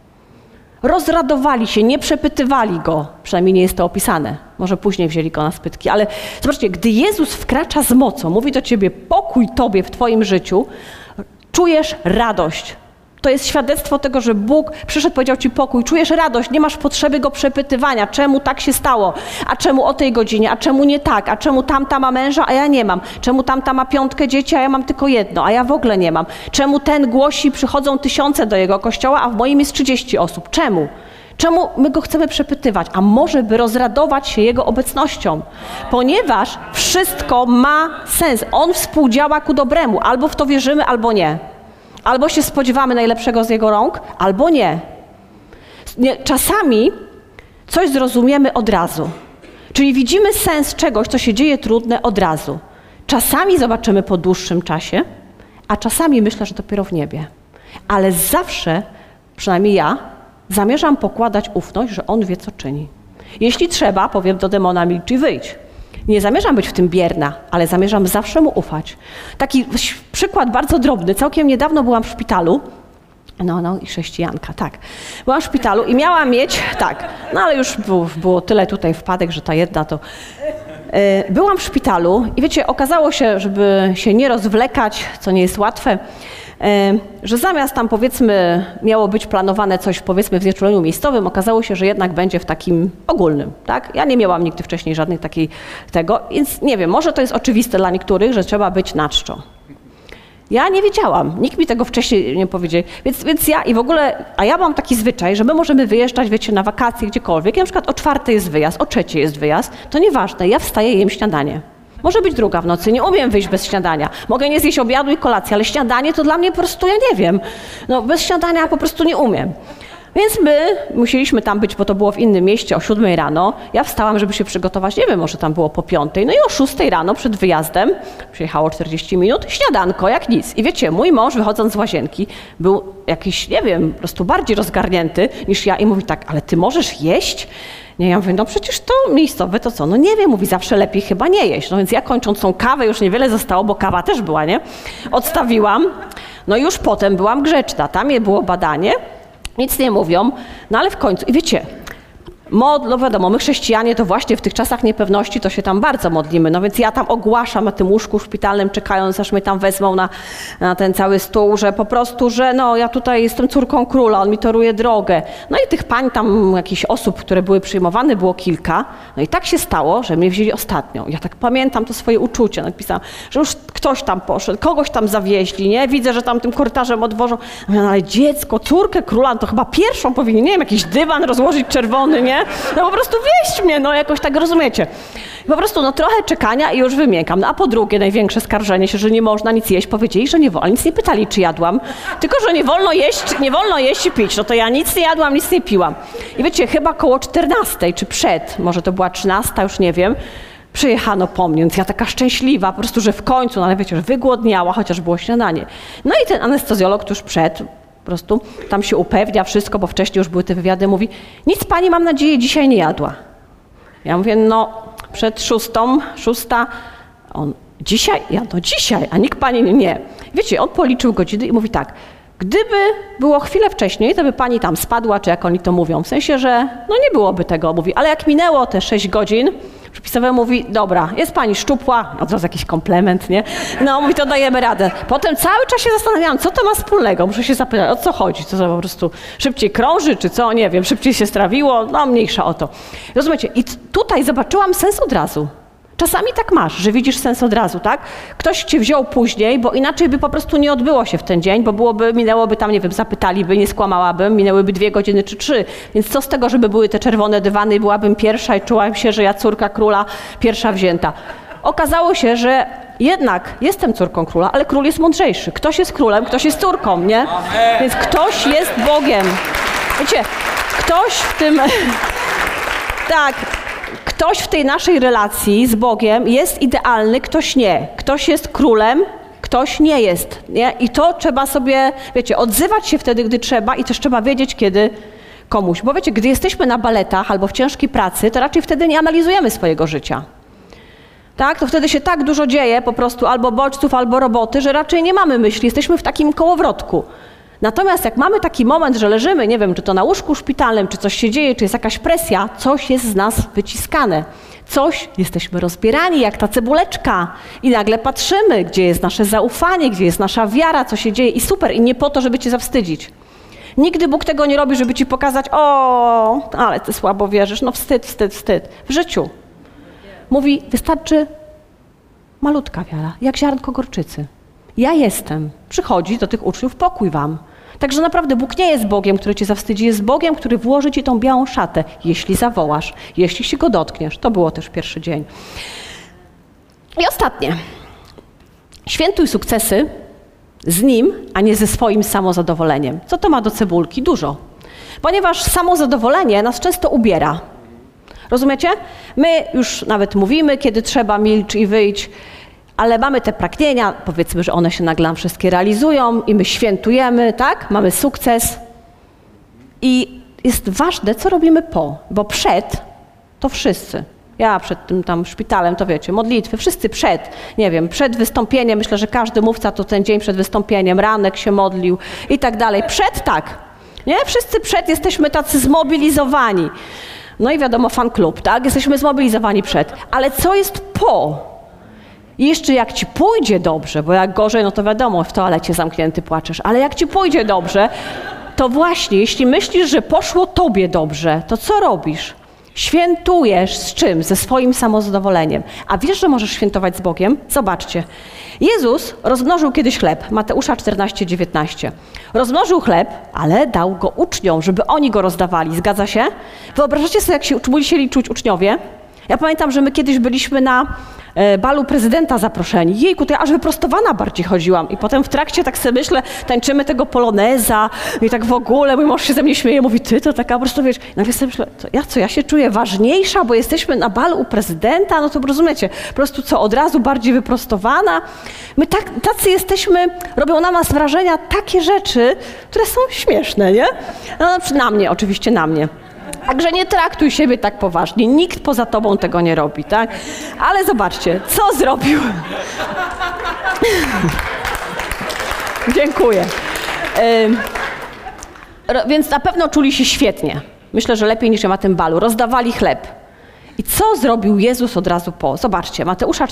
Rozradowali się, nie przepytywali go, przynajmniej nie jest to opisane, może później wzięli go na spytki, ale zobaczcie, gdy Jezus wkracza z mocą, mówi do ciebie pokój tobie w twoim życiu, czujesz radość. To jest świadectwo tego, że Bóg przyszedł, powiedział ci pokój, czujesz radość, nie masz potrzeby go przepytywania, czemu tak się stało, a czemu o tej godzinie, a czemu nie tak, a czemu tamta ma męża, a ja nie mam, czemu tamta ma 5 dzieci, a ja mam tylko 1, a ja w ogóle nie mam, czemu ten głosi, przychodzą 1000 do jego kościoła, a w moim jest 30 osób, czemu? Czemu my go chcemy przepytywać? A może by rozradować się jego obecnością? Ponieważ wszystko ma sens, on współdziała ku dobremu, albo w to wierzymy, albo nie. Albo się spodziewamy najlepszego z jego rąk, albo nie. Czasami coś zrozumiemy od razu. Czyli widzimy sens czegoś, co się dzieje trudne od razu. Czasami zobaczymy po dłuższym czasie, a czasami myślę, że dopiero w niebie. Ale zawsze, przynajmniej ja, zamierzam pokładać ufność, że on wie, co czyni. Jeśli trzeba, powiem do demona milcz i wyjdź. Nie zamierzam być w tym bierna, ale zamierzam zawsze mu ufać. Taki przykład bardzo drobny. Całkiem niedawno byłam w szpitalu. No i chrześcijanka, tak. Byłam w szpitalu i miałam mieć, tak, no ale już było tyle tutaj wpadek, że ta jedna to... Byłam w szpitalu i wiecie, okazało się, żeby się nie rozwlekać, co nie jest łatwe, że zamiast tam powiedzmy miało być planowane coś powiedzmy w znieczuleniu miejscowym, okazało się, że jednak będzie w takim ogólnym, tak? Ja nie miałam nigdy wcześniej żadnej takiej tego, więc nie wiem, może to jest oczywiste dla niektórych, że trzeba być na czczo. Ja nie wiedziałam, nikt mi tego wcześniej nie powiedział, więc ja i w ogóle, a ja mam taki zwyczaj, że my możemy wyjeżdżać, wiecie, na wakacje gdziekolwiek, na przykład o 4 jest wyjazd, o 3 jest wyjazd, to nieważne, ja wstaję i jem śniadanie. Może być 2 w nocy, nie umiem wyjść bez śniadania. Mogę nie zjeść obiadu i kolacji, ale śniadanie to dla mnie po prostu, ja nie wiem. No bez śniadania po prostu nie umiem. Więc my musieliśmy tam być, bo to było w innym mieście o 7 rano. Ja wstałam, żeby się przygotować, nie wiem, może tam było po 5. No i o 6 rano przed wyjazdem, przyjechało 40 minut, śniadanko jak nic. I wiecie, mój mąż wychodząc z łazienki był jakiś, nie wiem, po prostu bardziej rozgarnięty niż ja i mówi tak, ale ty możesz jeść? Nie, ja mówię, no przecież to miejscowe to co? No nie wiem, mówi, zawsze lepiej chyba nie jeść. No więc ja kończąc tą kawę, już niewiele zostało, bo kawa też była, nie? Odstawiłam. No już potem byłam grzeczna, tam było badanie, nic nie mówią, no ale w końcu, i wiecie, no wiadomo, my chrześcijanie to właśnie w tych czasach niepewności to się tam bardzo modlimy, no więc ja tam ogłaszam na tym łóżku szpitalnym, czekając aż mnie tam wezmą na ten cały stół, że po prostu, że no ja tutaj jestem córką króla, on mi toruje drogę. No i tych pań tam, jakichś osób, które były przyjmowane, było kilka, no i tak się stało, że mnie wzięli ostatnią. Ja tak pamiętam to swoje uczucie, napisałam, że już ktoś tam poszedł, kogoś tam zawieźli, nie? Widzę, że tam tym korytarzem odwożą. No ale dziecko, córkę króla, to chyba pierwszą powinien, nie wiem, jakiś dywan rozłożyć czerwony, nie? No po prostu wieść mnie, no jakoś tak rozumiecie. I po prostu no trochę czekania i już wymiękam. No a po drugie największe skarżenie się, że nie można nic jeść. Powiedzieli, że nie wolno. Nic nie pytali, czy jadłam. Tylko, że nie wolno jeść i pić. No to ja nic nie jadłam, nic nie piłam. I wiecie, chyba koło 14 czy przed, może to była 13, już nie wiem, przyjechano po mnie, więc ja taka szczęśliwa, po prostu, że w końcu, no ale wiecie, że wygłodniała, chociaż było śniadanie. No i ten anestezjolog tuż przed, po prostu tam się upewnia wszystko, bo wcześniej już były te wywiady, mówi, nic pani, mam nadzieję, dzisiaj nie jadła. Ja mówię, no przed 6, on, dzisiaj? Ja, no dzisiaj, a nikt pani nie. Wiecie, on policzył godziny i mówi tak, gdyby było chwilę wcześniej, to by pani tam spadła, czy jak oni to mówią, w sensie, że no nie byłoby tego, mówi, ale jak minęło te 6 godzin, przepisowe mówi, dobra, jest pani szczupła, od razu jakiś komplement, nie? No, mówi, to dajemy radę. Potem cały czas się zastanawiałam, co to ma wspólnego, muszę się zapytać, o co chodzi, co to po prostu szybciej krąży, czy co, nie wiem, szybciej się strawiło, no mniejsza o to. Rozumiecie? I tutaj zobaczyłam sens od razu. Czasami tak masz, że widzisz sens od razu, tak? Ktoś cię wziął później, bo inaczej by po prostu nie odbyło się w ten dzień, bo minęłoby tam, nie wiem, zapytaliby, nie skłamałabym, minęłyby 2 godziny czy 3. Więc co z tego, żeby były te czerwone dywany i byłabym pierwsza i czułam się, że ja córka króla, pierwsza wzięta. Okazało się, że jednak jestem córką króla, ale król jest mądrzejszy. Ktoś jest królem, ktoś jest córką, nie? Więc ktoś jest Bogiem. Wiecie, ktoś w tym... Tak, ktoś w tej naszej relacji z Bogiem jest idealny, ktoś nie. Ktoś jest królem, ktoś nie jest. Nie? I to trzeba sobie, wiecie, odzywać się wtedy, gdy trzeba i też trzeba wiedzieć, kiedy komuś. Bo wiecie, gdy jesteśmy na baletach albo w ciężkiej pracy, to raczej wtedy nie analizujemy swojego życia. Tak? To wtedy się tak dużo dzieje, po prostu albo bodźców, albo roboty, że raczej nie mamy myśli, jesteśmy w takim kołowrotku. Natomiast jak mamy taki moment, że leżymy, nie wiem, czy to na łóżku szpitalnym, czy coś się dzieje, czy jest jakaś presja, coś jest z nas wyciskane. Coś, jesteśmy rozbierani jak ta cebuleczka i nagle patrzymy, gdzie jest nasze zaufanie, gdzie jest nasza wiara, co się dzieje i super. I nie po to, żeby cię zawstydzić. Nigdy Bóg tego nie robi, żeby ci pokazać, o, ale ty słabo wierzysz, no wstyd, wstyd, wstyd. W życiu. Mówi, wystarczy malutka wiara, jak ziarnko gorczycy. Ja jestem. Przychodzi do tych uczniów, pokój wam. Także naprawdę Bóg nie jest Bogiem, który cię zawstydzi, jest Bogiem, który włoży ci tą białą szatę, jeśli zawołasz, jeśli się go dotkniesz. To było też pierwszy dzień. I ostatnie. Świętuj sukcesy z nim, a nie ze swoim samozadowoleniem. Co to ma do cebulki? Dużo. Ponieważ samozadowolenie nas często ubiera. Rozumiecie? My już nawet mówimy, kiedy trzeba, milcz i wyjdź, ale mamy te pragnienia, powiedzmy, że one się nagle nam wszystkie realizują i my świętujemy, tak? Mamy sukces. I jest ważne, co robimy po, bo przed to wszyscy. Ja przed tym tam szpitalem, to wiecie, modlitwy, wszyscy przed, nie wiem, przed wystąpieniem, myślę, że każdy mówca to ten dzień przed wystąpieniem, ranek się modlił i tak dalej. Przed tak, nie? Wszyscy przed jesteśmy tacy zmobilizowani. No i wiadomo, fan klub, tak? Jesteśmy zmobilizowani przed. Ale co jest po? I jeszcze jak ci pójdzie dobrze, bo jak gorzej, no to wiadomo, w toalecie zamknięty płaczesz, ale jak ci pójdzie dobrze, to właśnie, jeśli myślisz, że poszło tobie dobrze, to co robisz? Świętujesz z czym? Ze swoim samozadowoleniem. A wiesz, że możesz świętować z Bogiem? Zobaczcie. Jezus rozmnożył kiedyś chleb, Mateusza 14:19. Rozmnożył chleb, ale dał go uczniom, żeby oni go rozdawali. Zgadza się? Wyobrażacie sobie, jak się musieli czuć uczniowie? Ja pamiętam, że my kiedyś byliśmy na balu prezydenta zaproszeni. Jejku, to ja aż wyprostowana bardziej chodziłam. I potem w trakcie tak sobie myślę, tańczymy tego poloneza i tak w ogóle mój mąż się ze mnie śmieje, mówi, ty to taka po prostu, wiesz, nagle sobie myślę, ja się czuję ważniejsza, bo jesteśmy na balu u prezydenta, no to rozumiecie, po prostu co, od razu bardziej wyprostowana. My tacy jesteśmy, robią na nas wrażenia takie rzeczy, które są śmieszne, nie? No, na mnie, oczywiście na mnie. Także nie traktuj siebie tak poważnie. Nikt poza tobą tego nie robi, tak? Ale zobaczcie, co zrobił. Dziękuję. Więc na pewno czuli się świetnie. Myślę, że lepiej niż ja na tym balu. Rozdawali chleb. I co zrobił Jezus od razu po? Zobaczcie, Mateusza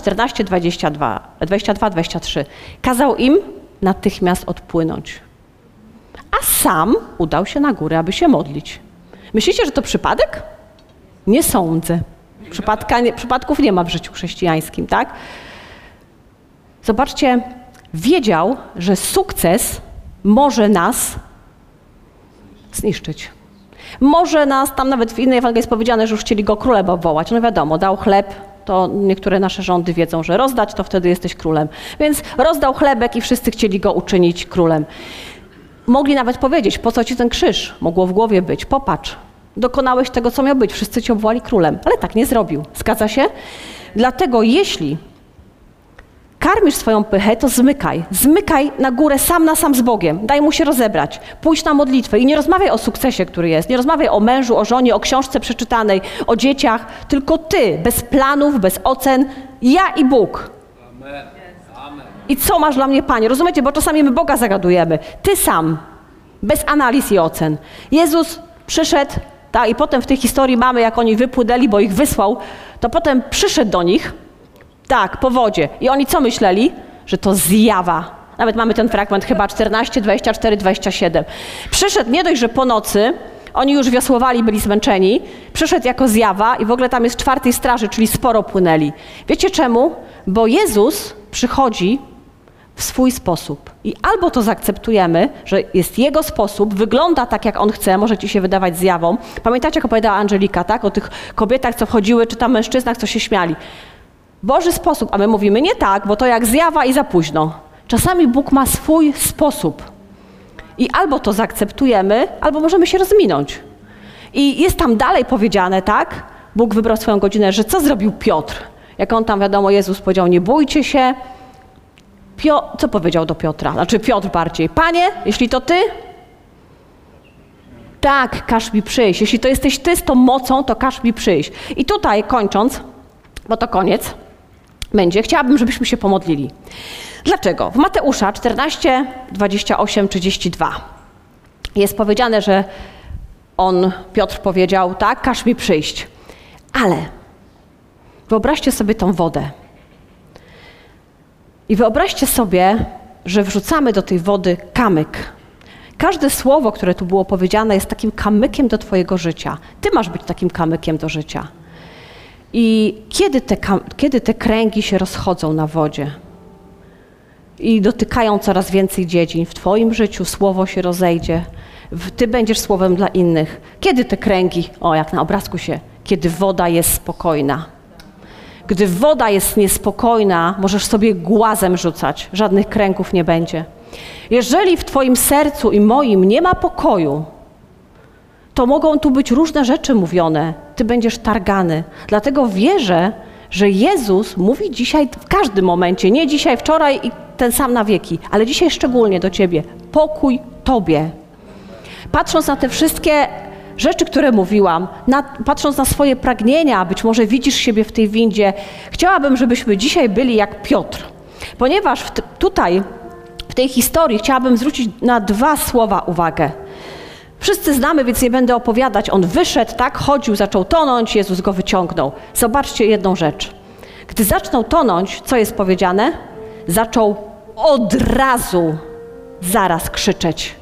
22-23. Kazał im natychmiast odpłynąć. A sam udał się na górę, aby się modlić. Myślicie, że to przypadek? Nie sądzę. Przypadków nie ma w życiu chrześcijańskim, tak? Zobaczcie, wiedział, że sukces może nas zniszczyć. Może nas, tam nawet w innej Ewangelii jest powiedziane, że już chcieli go królem obwołać. No wiadomo, dał chleb, to niektóre nasze rządy wiedzą, że rozdać, to wtedy jesteś królem. Więc rozdał chlebek i wszyscy chcieli go uczynić królem. Mogli nawet powiedzieć, po co ci ten krzyż? Mogło w głowie być, popatrz, dokonałeś tego, co miał być, wszyscy cię obwołali królem. Ale tak nie zrobił, zgadza się? Dlatego jeśli karmisz swoją pychę, to zmykaj na górę sam na sam z Bogiem, daj mu się rozebrać, pójdź na modlitwę i nie rozmawiaj o sukcesie, który jest, nie rozmawiaj o mężu, o żonie, o książce przeczytanej, o dzieciach, tylko ty, bez planów, bez ocen, ja i Bóg. Amen. I co masz dla mnie, Panie? Rozumiecie, bo czasami my Boga zagadujemy. Ty sam, bez analiz i ocen. Jezus przyszedł, tak, i potem w tej historii mamy, jak oni wypłynęli, bo ich wysłał, to potem przyszedł do nich, tak, po wodzie. I oni co myśleli? Że to zjawa. Nawet mamy ten fragment chyba 14, 24, 27. Przyszedł nie dość, że po nocy, Oni już wiosłowali, byli zmęczeni. Przyszedł jako zjawa i w ogóle tam jest 4. straży, czyli sporo płynęli. Wiecie czemu? Bo Jezus przychodzi w swój sposób. I albo to zaakceptujemy, że jest Jego sposób, wygląda tak, jak On chce, może ci się wydawać zjawą. Pamiętacie, jak opowiadała Angelika, tak? O tych kobietach, co wchodziły, czy tam mężczyznach, co się śmiali. Boży sposób, a my mówimy nie tak, bo to jak zjawa i za późno. Czasami Bóg ma swój sposób. I albo to zaakceptujemy, albo możemy się rozminąć. I jest tam dalej powiedziane, tak? Bóg wybrał swoją godzinę, że co zrobił Piotr? Jak on tam, wiadomo, Jezus powiedział, nie bójcie się. Co powiedział do Piotra? Znaczy Piotr bardziej. Panie, jeśli to Ty, tak, każ mi przyjść. Jeśli to jesteś Ty z tą mocą, to każ mi przyjść. I tutaj kończąc, bo to koniec będzie, chciałabym, żebyśmy się pomodlili. Dlaczego? W Mateusza 14, 28, 32 jest powiedziane, że Piotr powiedział, tak, każ mi przyjść. Ale wyobraźcie sobie tą wodę. I wyobraźcie sobie, że wrzucamy do tej wody kamyk. Każde słowo, które tu było powiedziane, jest takim kamykiem do twojego życia. Ty masz być takim kamykiem do życia. I kiedy te kręgi się rozchodzą na wodzie i dotykają coraz więcej dziedzin, w twoim życiu słowo się rozejdzie, ty będziesz słowem dla innych. Kiedy te kręgi, jak na obrazku kiedy woda jest spokojna. Gdy woda jest niespokojna, możesz sobie głazem rzucać, żadnych kręgów nie będzie. Jeżeli w twoim sercu i moim nie ma pokoju, to mogą tu być różne rzeczy mówione. Ty będziesz targany. Dlatego wierzę, że Jezus mówi dzisiaj w każdym momencie, nie dzisiaj, wczoraj i ten sam na wieki, ale dzisiaj szczególnie do ciebie. Pokój tobie. Patrząc na te wszystkie rzeczy, które mówiłam, patrząc na swoje pragnienia, być może widzisz siebie w tej windzie, chciałabym, żebyśmy dzisiaj byli jak Piotr. Ponieważ tutaj, w tej historii, chciałabym zwrócić na 2 słowa uwagę. Wszyscy znamy, więc nie będę opowiadać. On wyszedł, tak, chodził, zaczął tonąć, Jezus go wyciągnął. Zobaczcie jedną rzecz. Gdy zaczął tonąć, co jest powiedziane? Zaczął od razu, zaraz krzyczeć.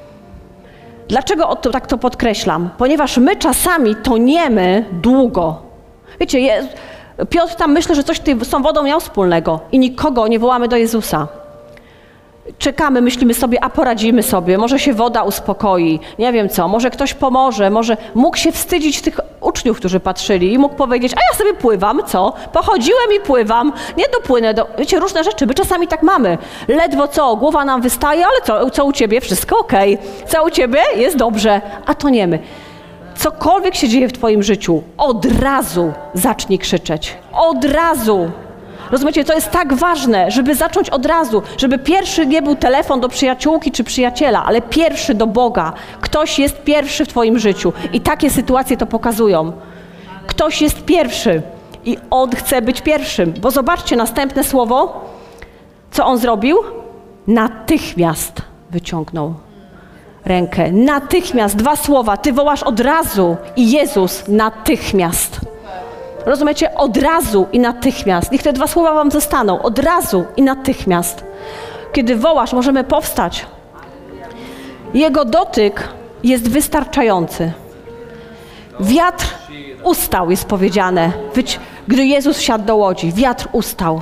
Dlaczego tak to podkreślam? Ponieważ my czasami toniemy długo. Wiecie, Piotr tam myślę, że coś z tą wodą miał wspólnego i nikogo nie wołamy do Jezusa. Czekamy, myślimy sobie, a poradzimy sobie, może się woda uspokoi, nie wiem co, może ktoś pomoże, może mógł się wstydzić tych uczniów, którzy patrzyli i mógł powiedzieć, a ja sobie pływam, co? Pochodziłem i pływam, nie dopłynę Wiecie, różne rzeczy, my czasami tak mamy. Ledwo co, głowa nam wystaje, ale co u ciebie? Wszystko okej. Co u ciebie? Jest dobrze, a toniemy. Cokolwiek się dzieje w twoim życiu, od razu zacznij krzyczeć. Od razu. Rozumiecie, to jest tak ważne, żeby zacząć od razu, żeby pierwszy nie był telefon do przyjaciółki czy przyjaciela, ale pierwszy do Boga. Ktoś jest pierwszy w twoim życiu i takie sytuacje to pokazują. Ktoś jest pierwszy i on chce być pierwszym, bo zobaczcie następne słowo, co on zrobił? Natychmiast wyciągnął rękę. Natychmiast, 2 słowa, ty wołasz od razu i Jezus natychmiast. Rozumiecie? Od razu i natychmiast. Niech te 2 słowa wam zostaną. Od razu i natychmiast. Kiedy wołasz, możemy powstać. Jego dotyk jest wystarczający. Wiatr ustał, jest powiedziane. Gdy Jezus wsiadł do łodzi, wiatr ustał.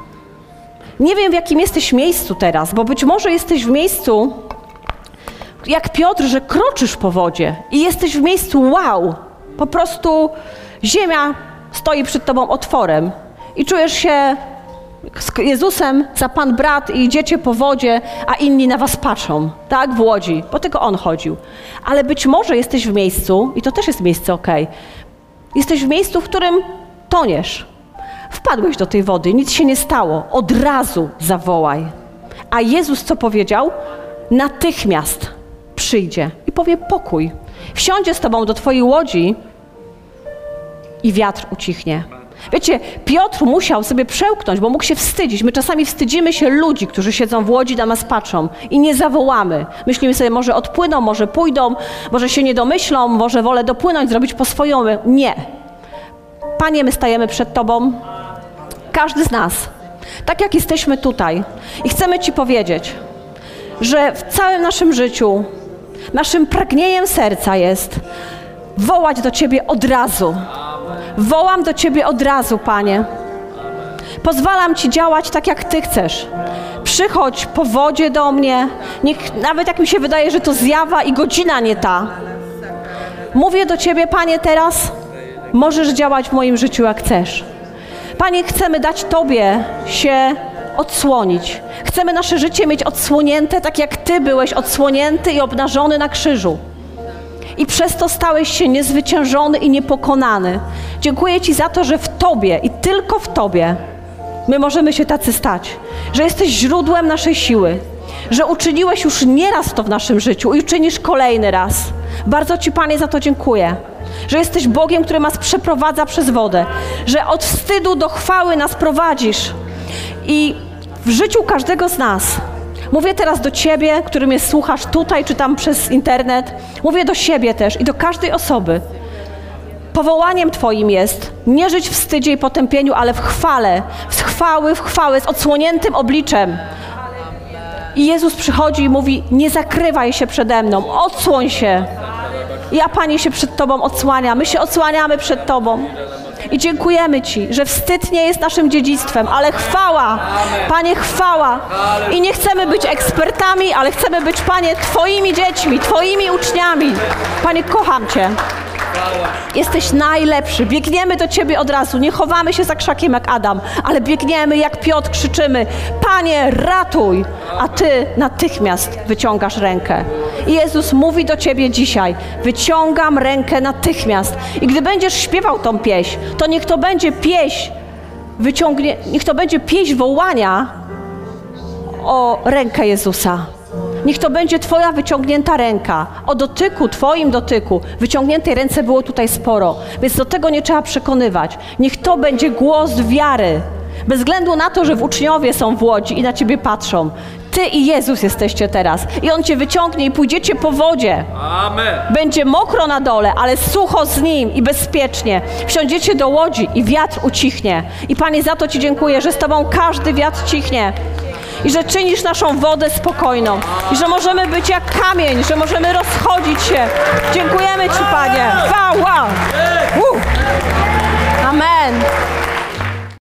Nie wiem, w jakim jesteś miejscu teraz, bo być może jesteś w miejscu, jak Piotr, że kroczysz po wodzie i jesteś w miejscu wow. Po prostu ziemia stoi przed tobą otworem i czujesz się z Jezusem za Pan brat i idziecie po wodzie, a inni na was patrzą, tak, w łodzi, bo tylko on chodził. Ale być może jesteś w miejscu, i to też jest miejsce okej, jesteś w miejscu, w którym toniesz. Wpadłeś do tej wody, nic się nie stało, od razu zawołaj. A Jezus co powiedział? Natychmiast przyjdzie i powie pokój. Wsiądzie z tobą do twojej łodzi i wiatr ucichnie. Wiecie, Piotr musiał sobie przełknąć, bo mógł się wstydzić. My czasami wstydzimy się ludzi, którzy siedzą w łodzi, na nas patrzą i nie zawołamy. Myślimy sobie, może odpłyną, może pójdą, może się nie domyślą, może wolę dopłynąć, zrobić po swojemu. Nie. Panie, my stajemy przed Tobą, każdy z nas, tak jak jesteśmy tutaj i chcemy Ci powiedzieć, że w całym naszym życiu Naszym pragnieniem serca jest wołać do Ciebie od razu. Wołam do Ciebie od razu, Panie. Pozwalam Ci działać tak, jak Ty chcesz. Przychodź po wodzie do mnie, nawet jak mi się wydaje, że to zjawa i godzina nie ta. Mówię do Ciebie, Panie, teraz możesz działać w moim życiu, jak chcesz. Panie, chcemy dać Tobie się odsłonić. Chcemy nasze życie mieć odsłonięte, tak jak Ty byłeś odsłonięty i obnażony na krzyżu. I przez to stałeś się niezwyciężony i niepokonany. Dziękuję Ci za to, że w Tobie i tylko w Tobie my możemy się tacy stać. Że jesteś źródłem naszej siły. Że uczyniłeś już nieraz to w naszym życiu i uczynisz kolejny raz. Bardzo Ci, Panie, za to dziękuję. Że jesteś Bogiem, który nas przeprowadza przez wodę. Że od wstydu do chwały nas prowadzisz. I w życiu każdego z nas, mówię teraz do Ciebie, który mnie słuchasz tutaj czy tam przez internet, mówię do siebie też i do każdej osoby. Powołaniem Twoim jest nie żyć w wstydzie i potępieniu, ale w chwale, w chwałę, z odsłoniętym obliczem. I Jezus przychodzi i mówi, nie zakrywaj się przede mną, odsłoń się. Ja, Panie, się przed Tobą odsłaniam, my się odsłaniamy przed Tobą. I dziękujemy Ci, że wstyd nie jest naszym dziedzictwem, ale chwała, Panie, chwała. I nie chcemy być ekspertami, ale chcemy być, Panie, Twoimi dziećmi, Twoimi uczniami. Panie, kocham Cię. Jesteś najlepszy. Biegniemy do Ciebie od razu. Nie chowamy się za krzakiem jak Adam, ale biegniemy jak Piotr, krzyczymy, Panie, ratuj! A Ty natychmiast wyciągasz rękę. I Jezus mówi do Ciebie dzisiaj, wyciągam rękę natychmiast. I gdy będziesz śpiewał tą pieśń, to niech to będzie pieśń, niech to będzie pieśń wołania o rękę Jezusa. Niech to będzie Twoja wyciągnięta ręka. O dotyku, Twoim dotyku. Wyciągniętej ręce było tutaj sporo, więc do tego nie trzeba przekonywać. Niech to będzie głos wiary. Bez względu na to, że uczniowie są w łodzi i na Ciebie patrzą. Ty i Jezus jesteście teraz. I On Cię wyciągnie i pójdziecie po wodzie. Amen. Będzie mokro na dole, ale sucho z Nim i bezpiecznie. Wsiądziecie do łodzi i wiatr ucichnie. I Panie, za to Ci dziękuję, że z Tobą każdy wiatr cichnie. I że czynisz naszą wodę spokojną. I że możemy być jak kamień, że możemy rozchodzić się. Dziękujemy Ci, Panie. Chwała! Amen.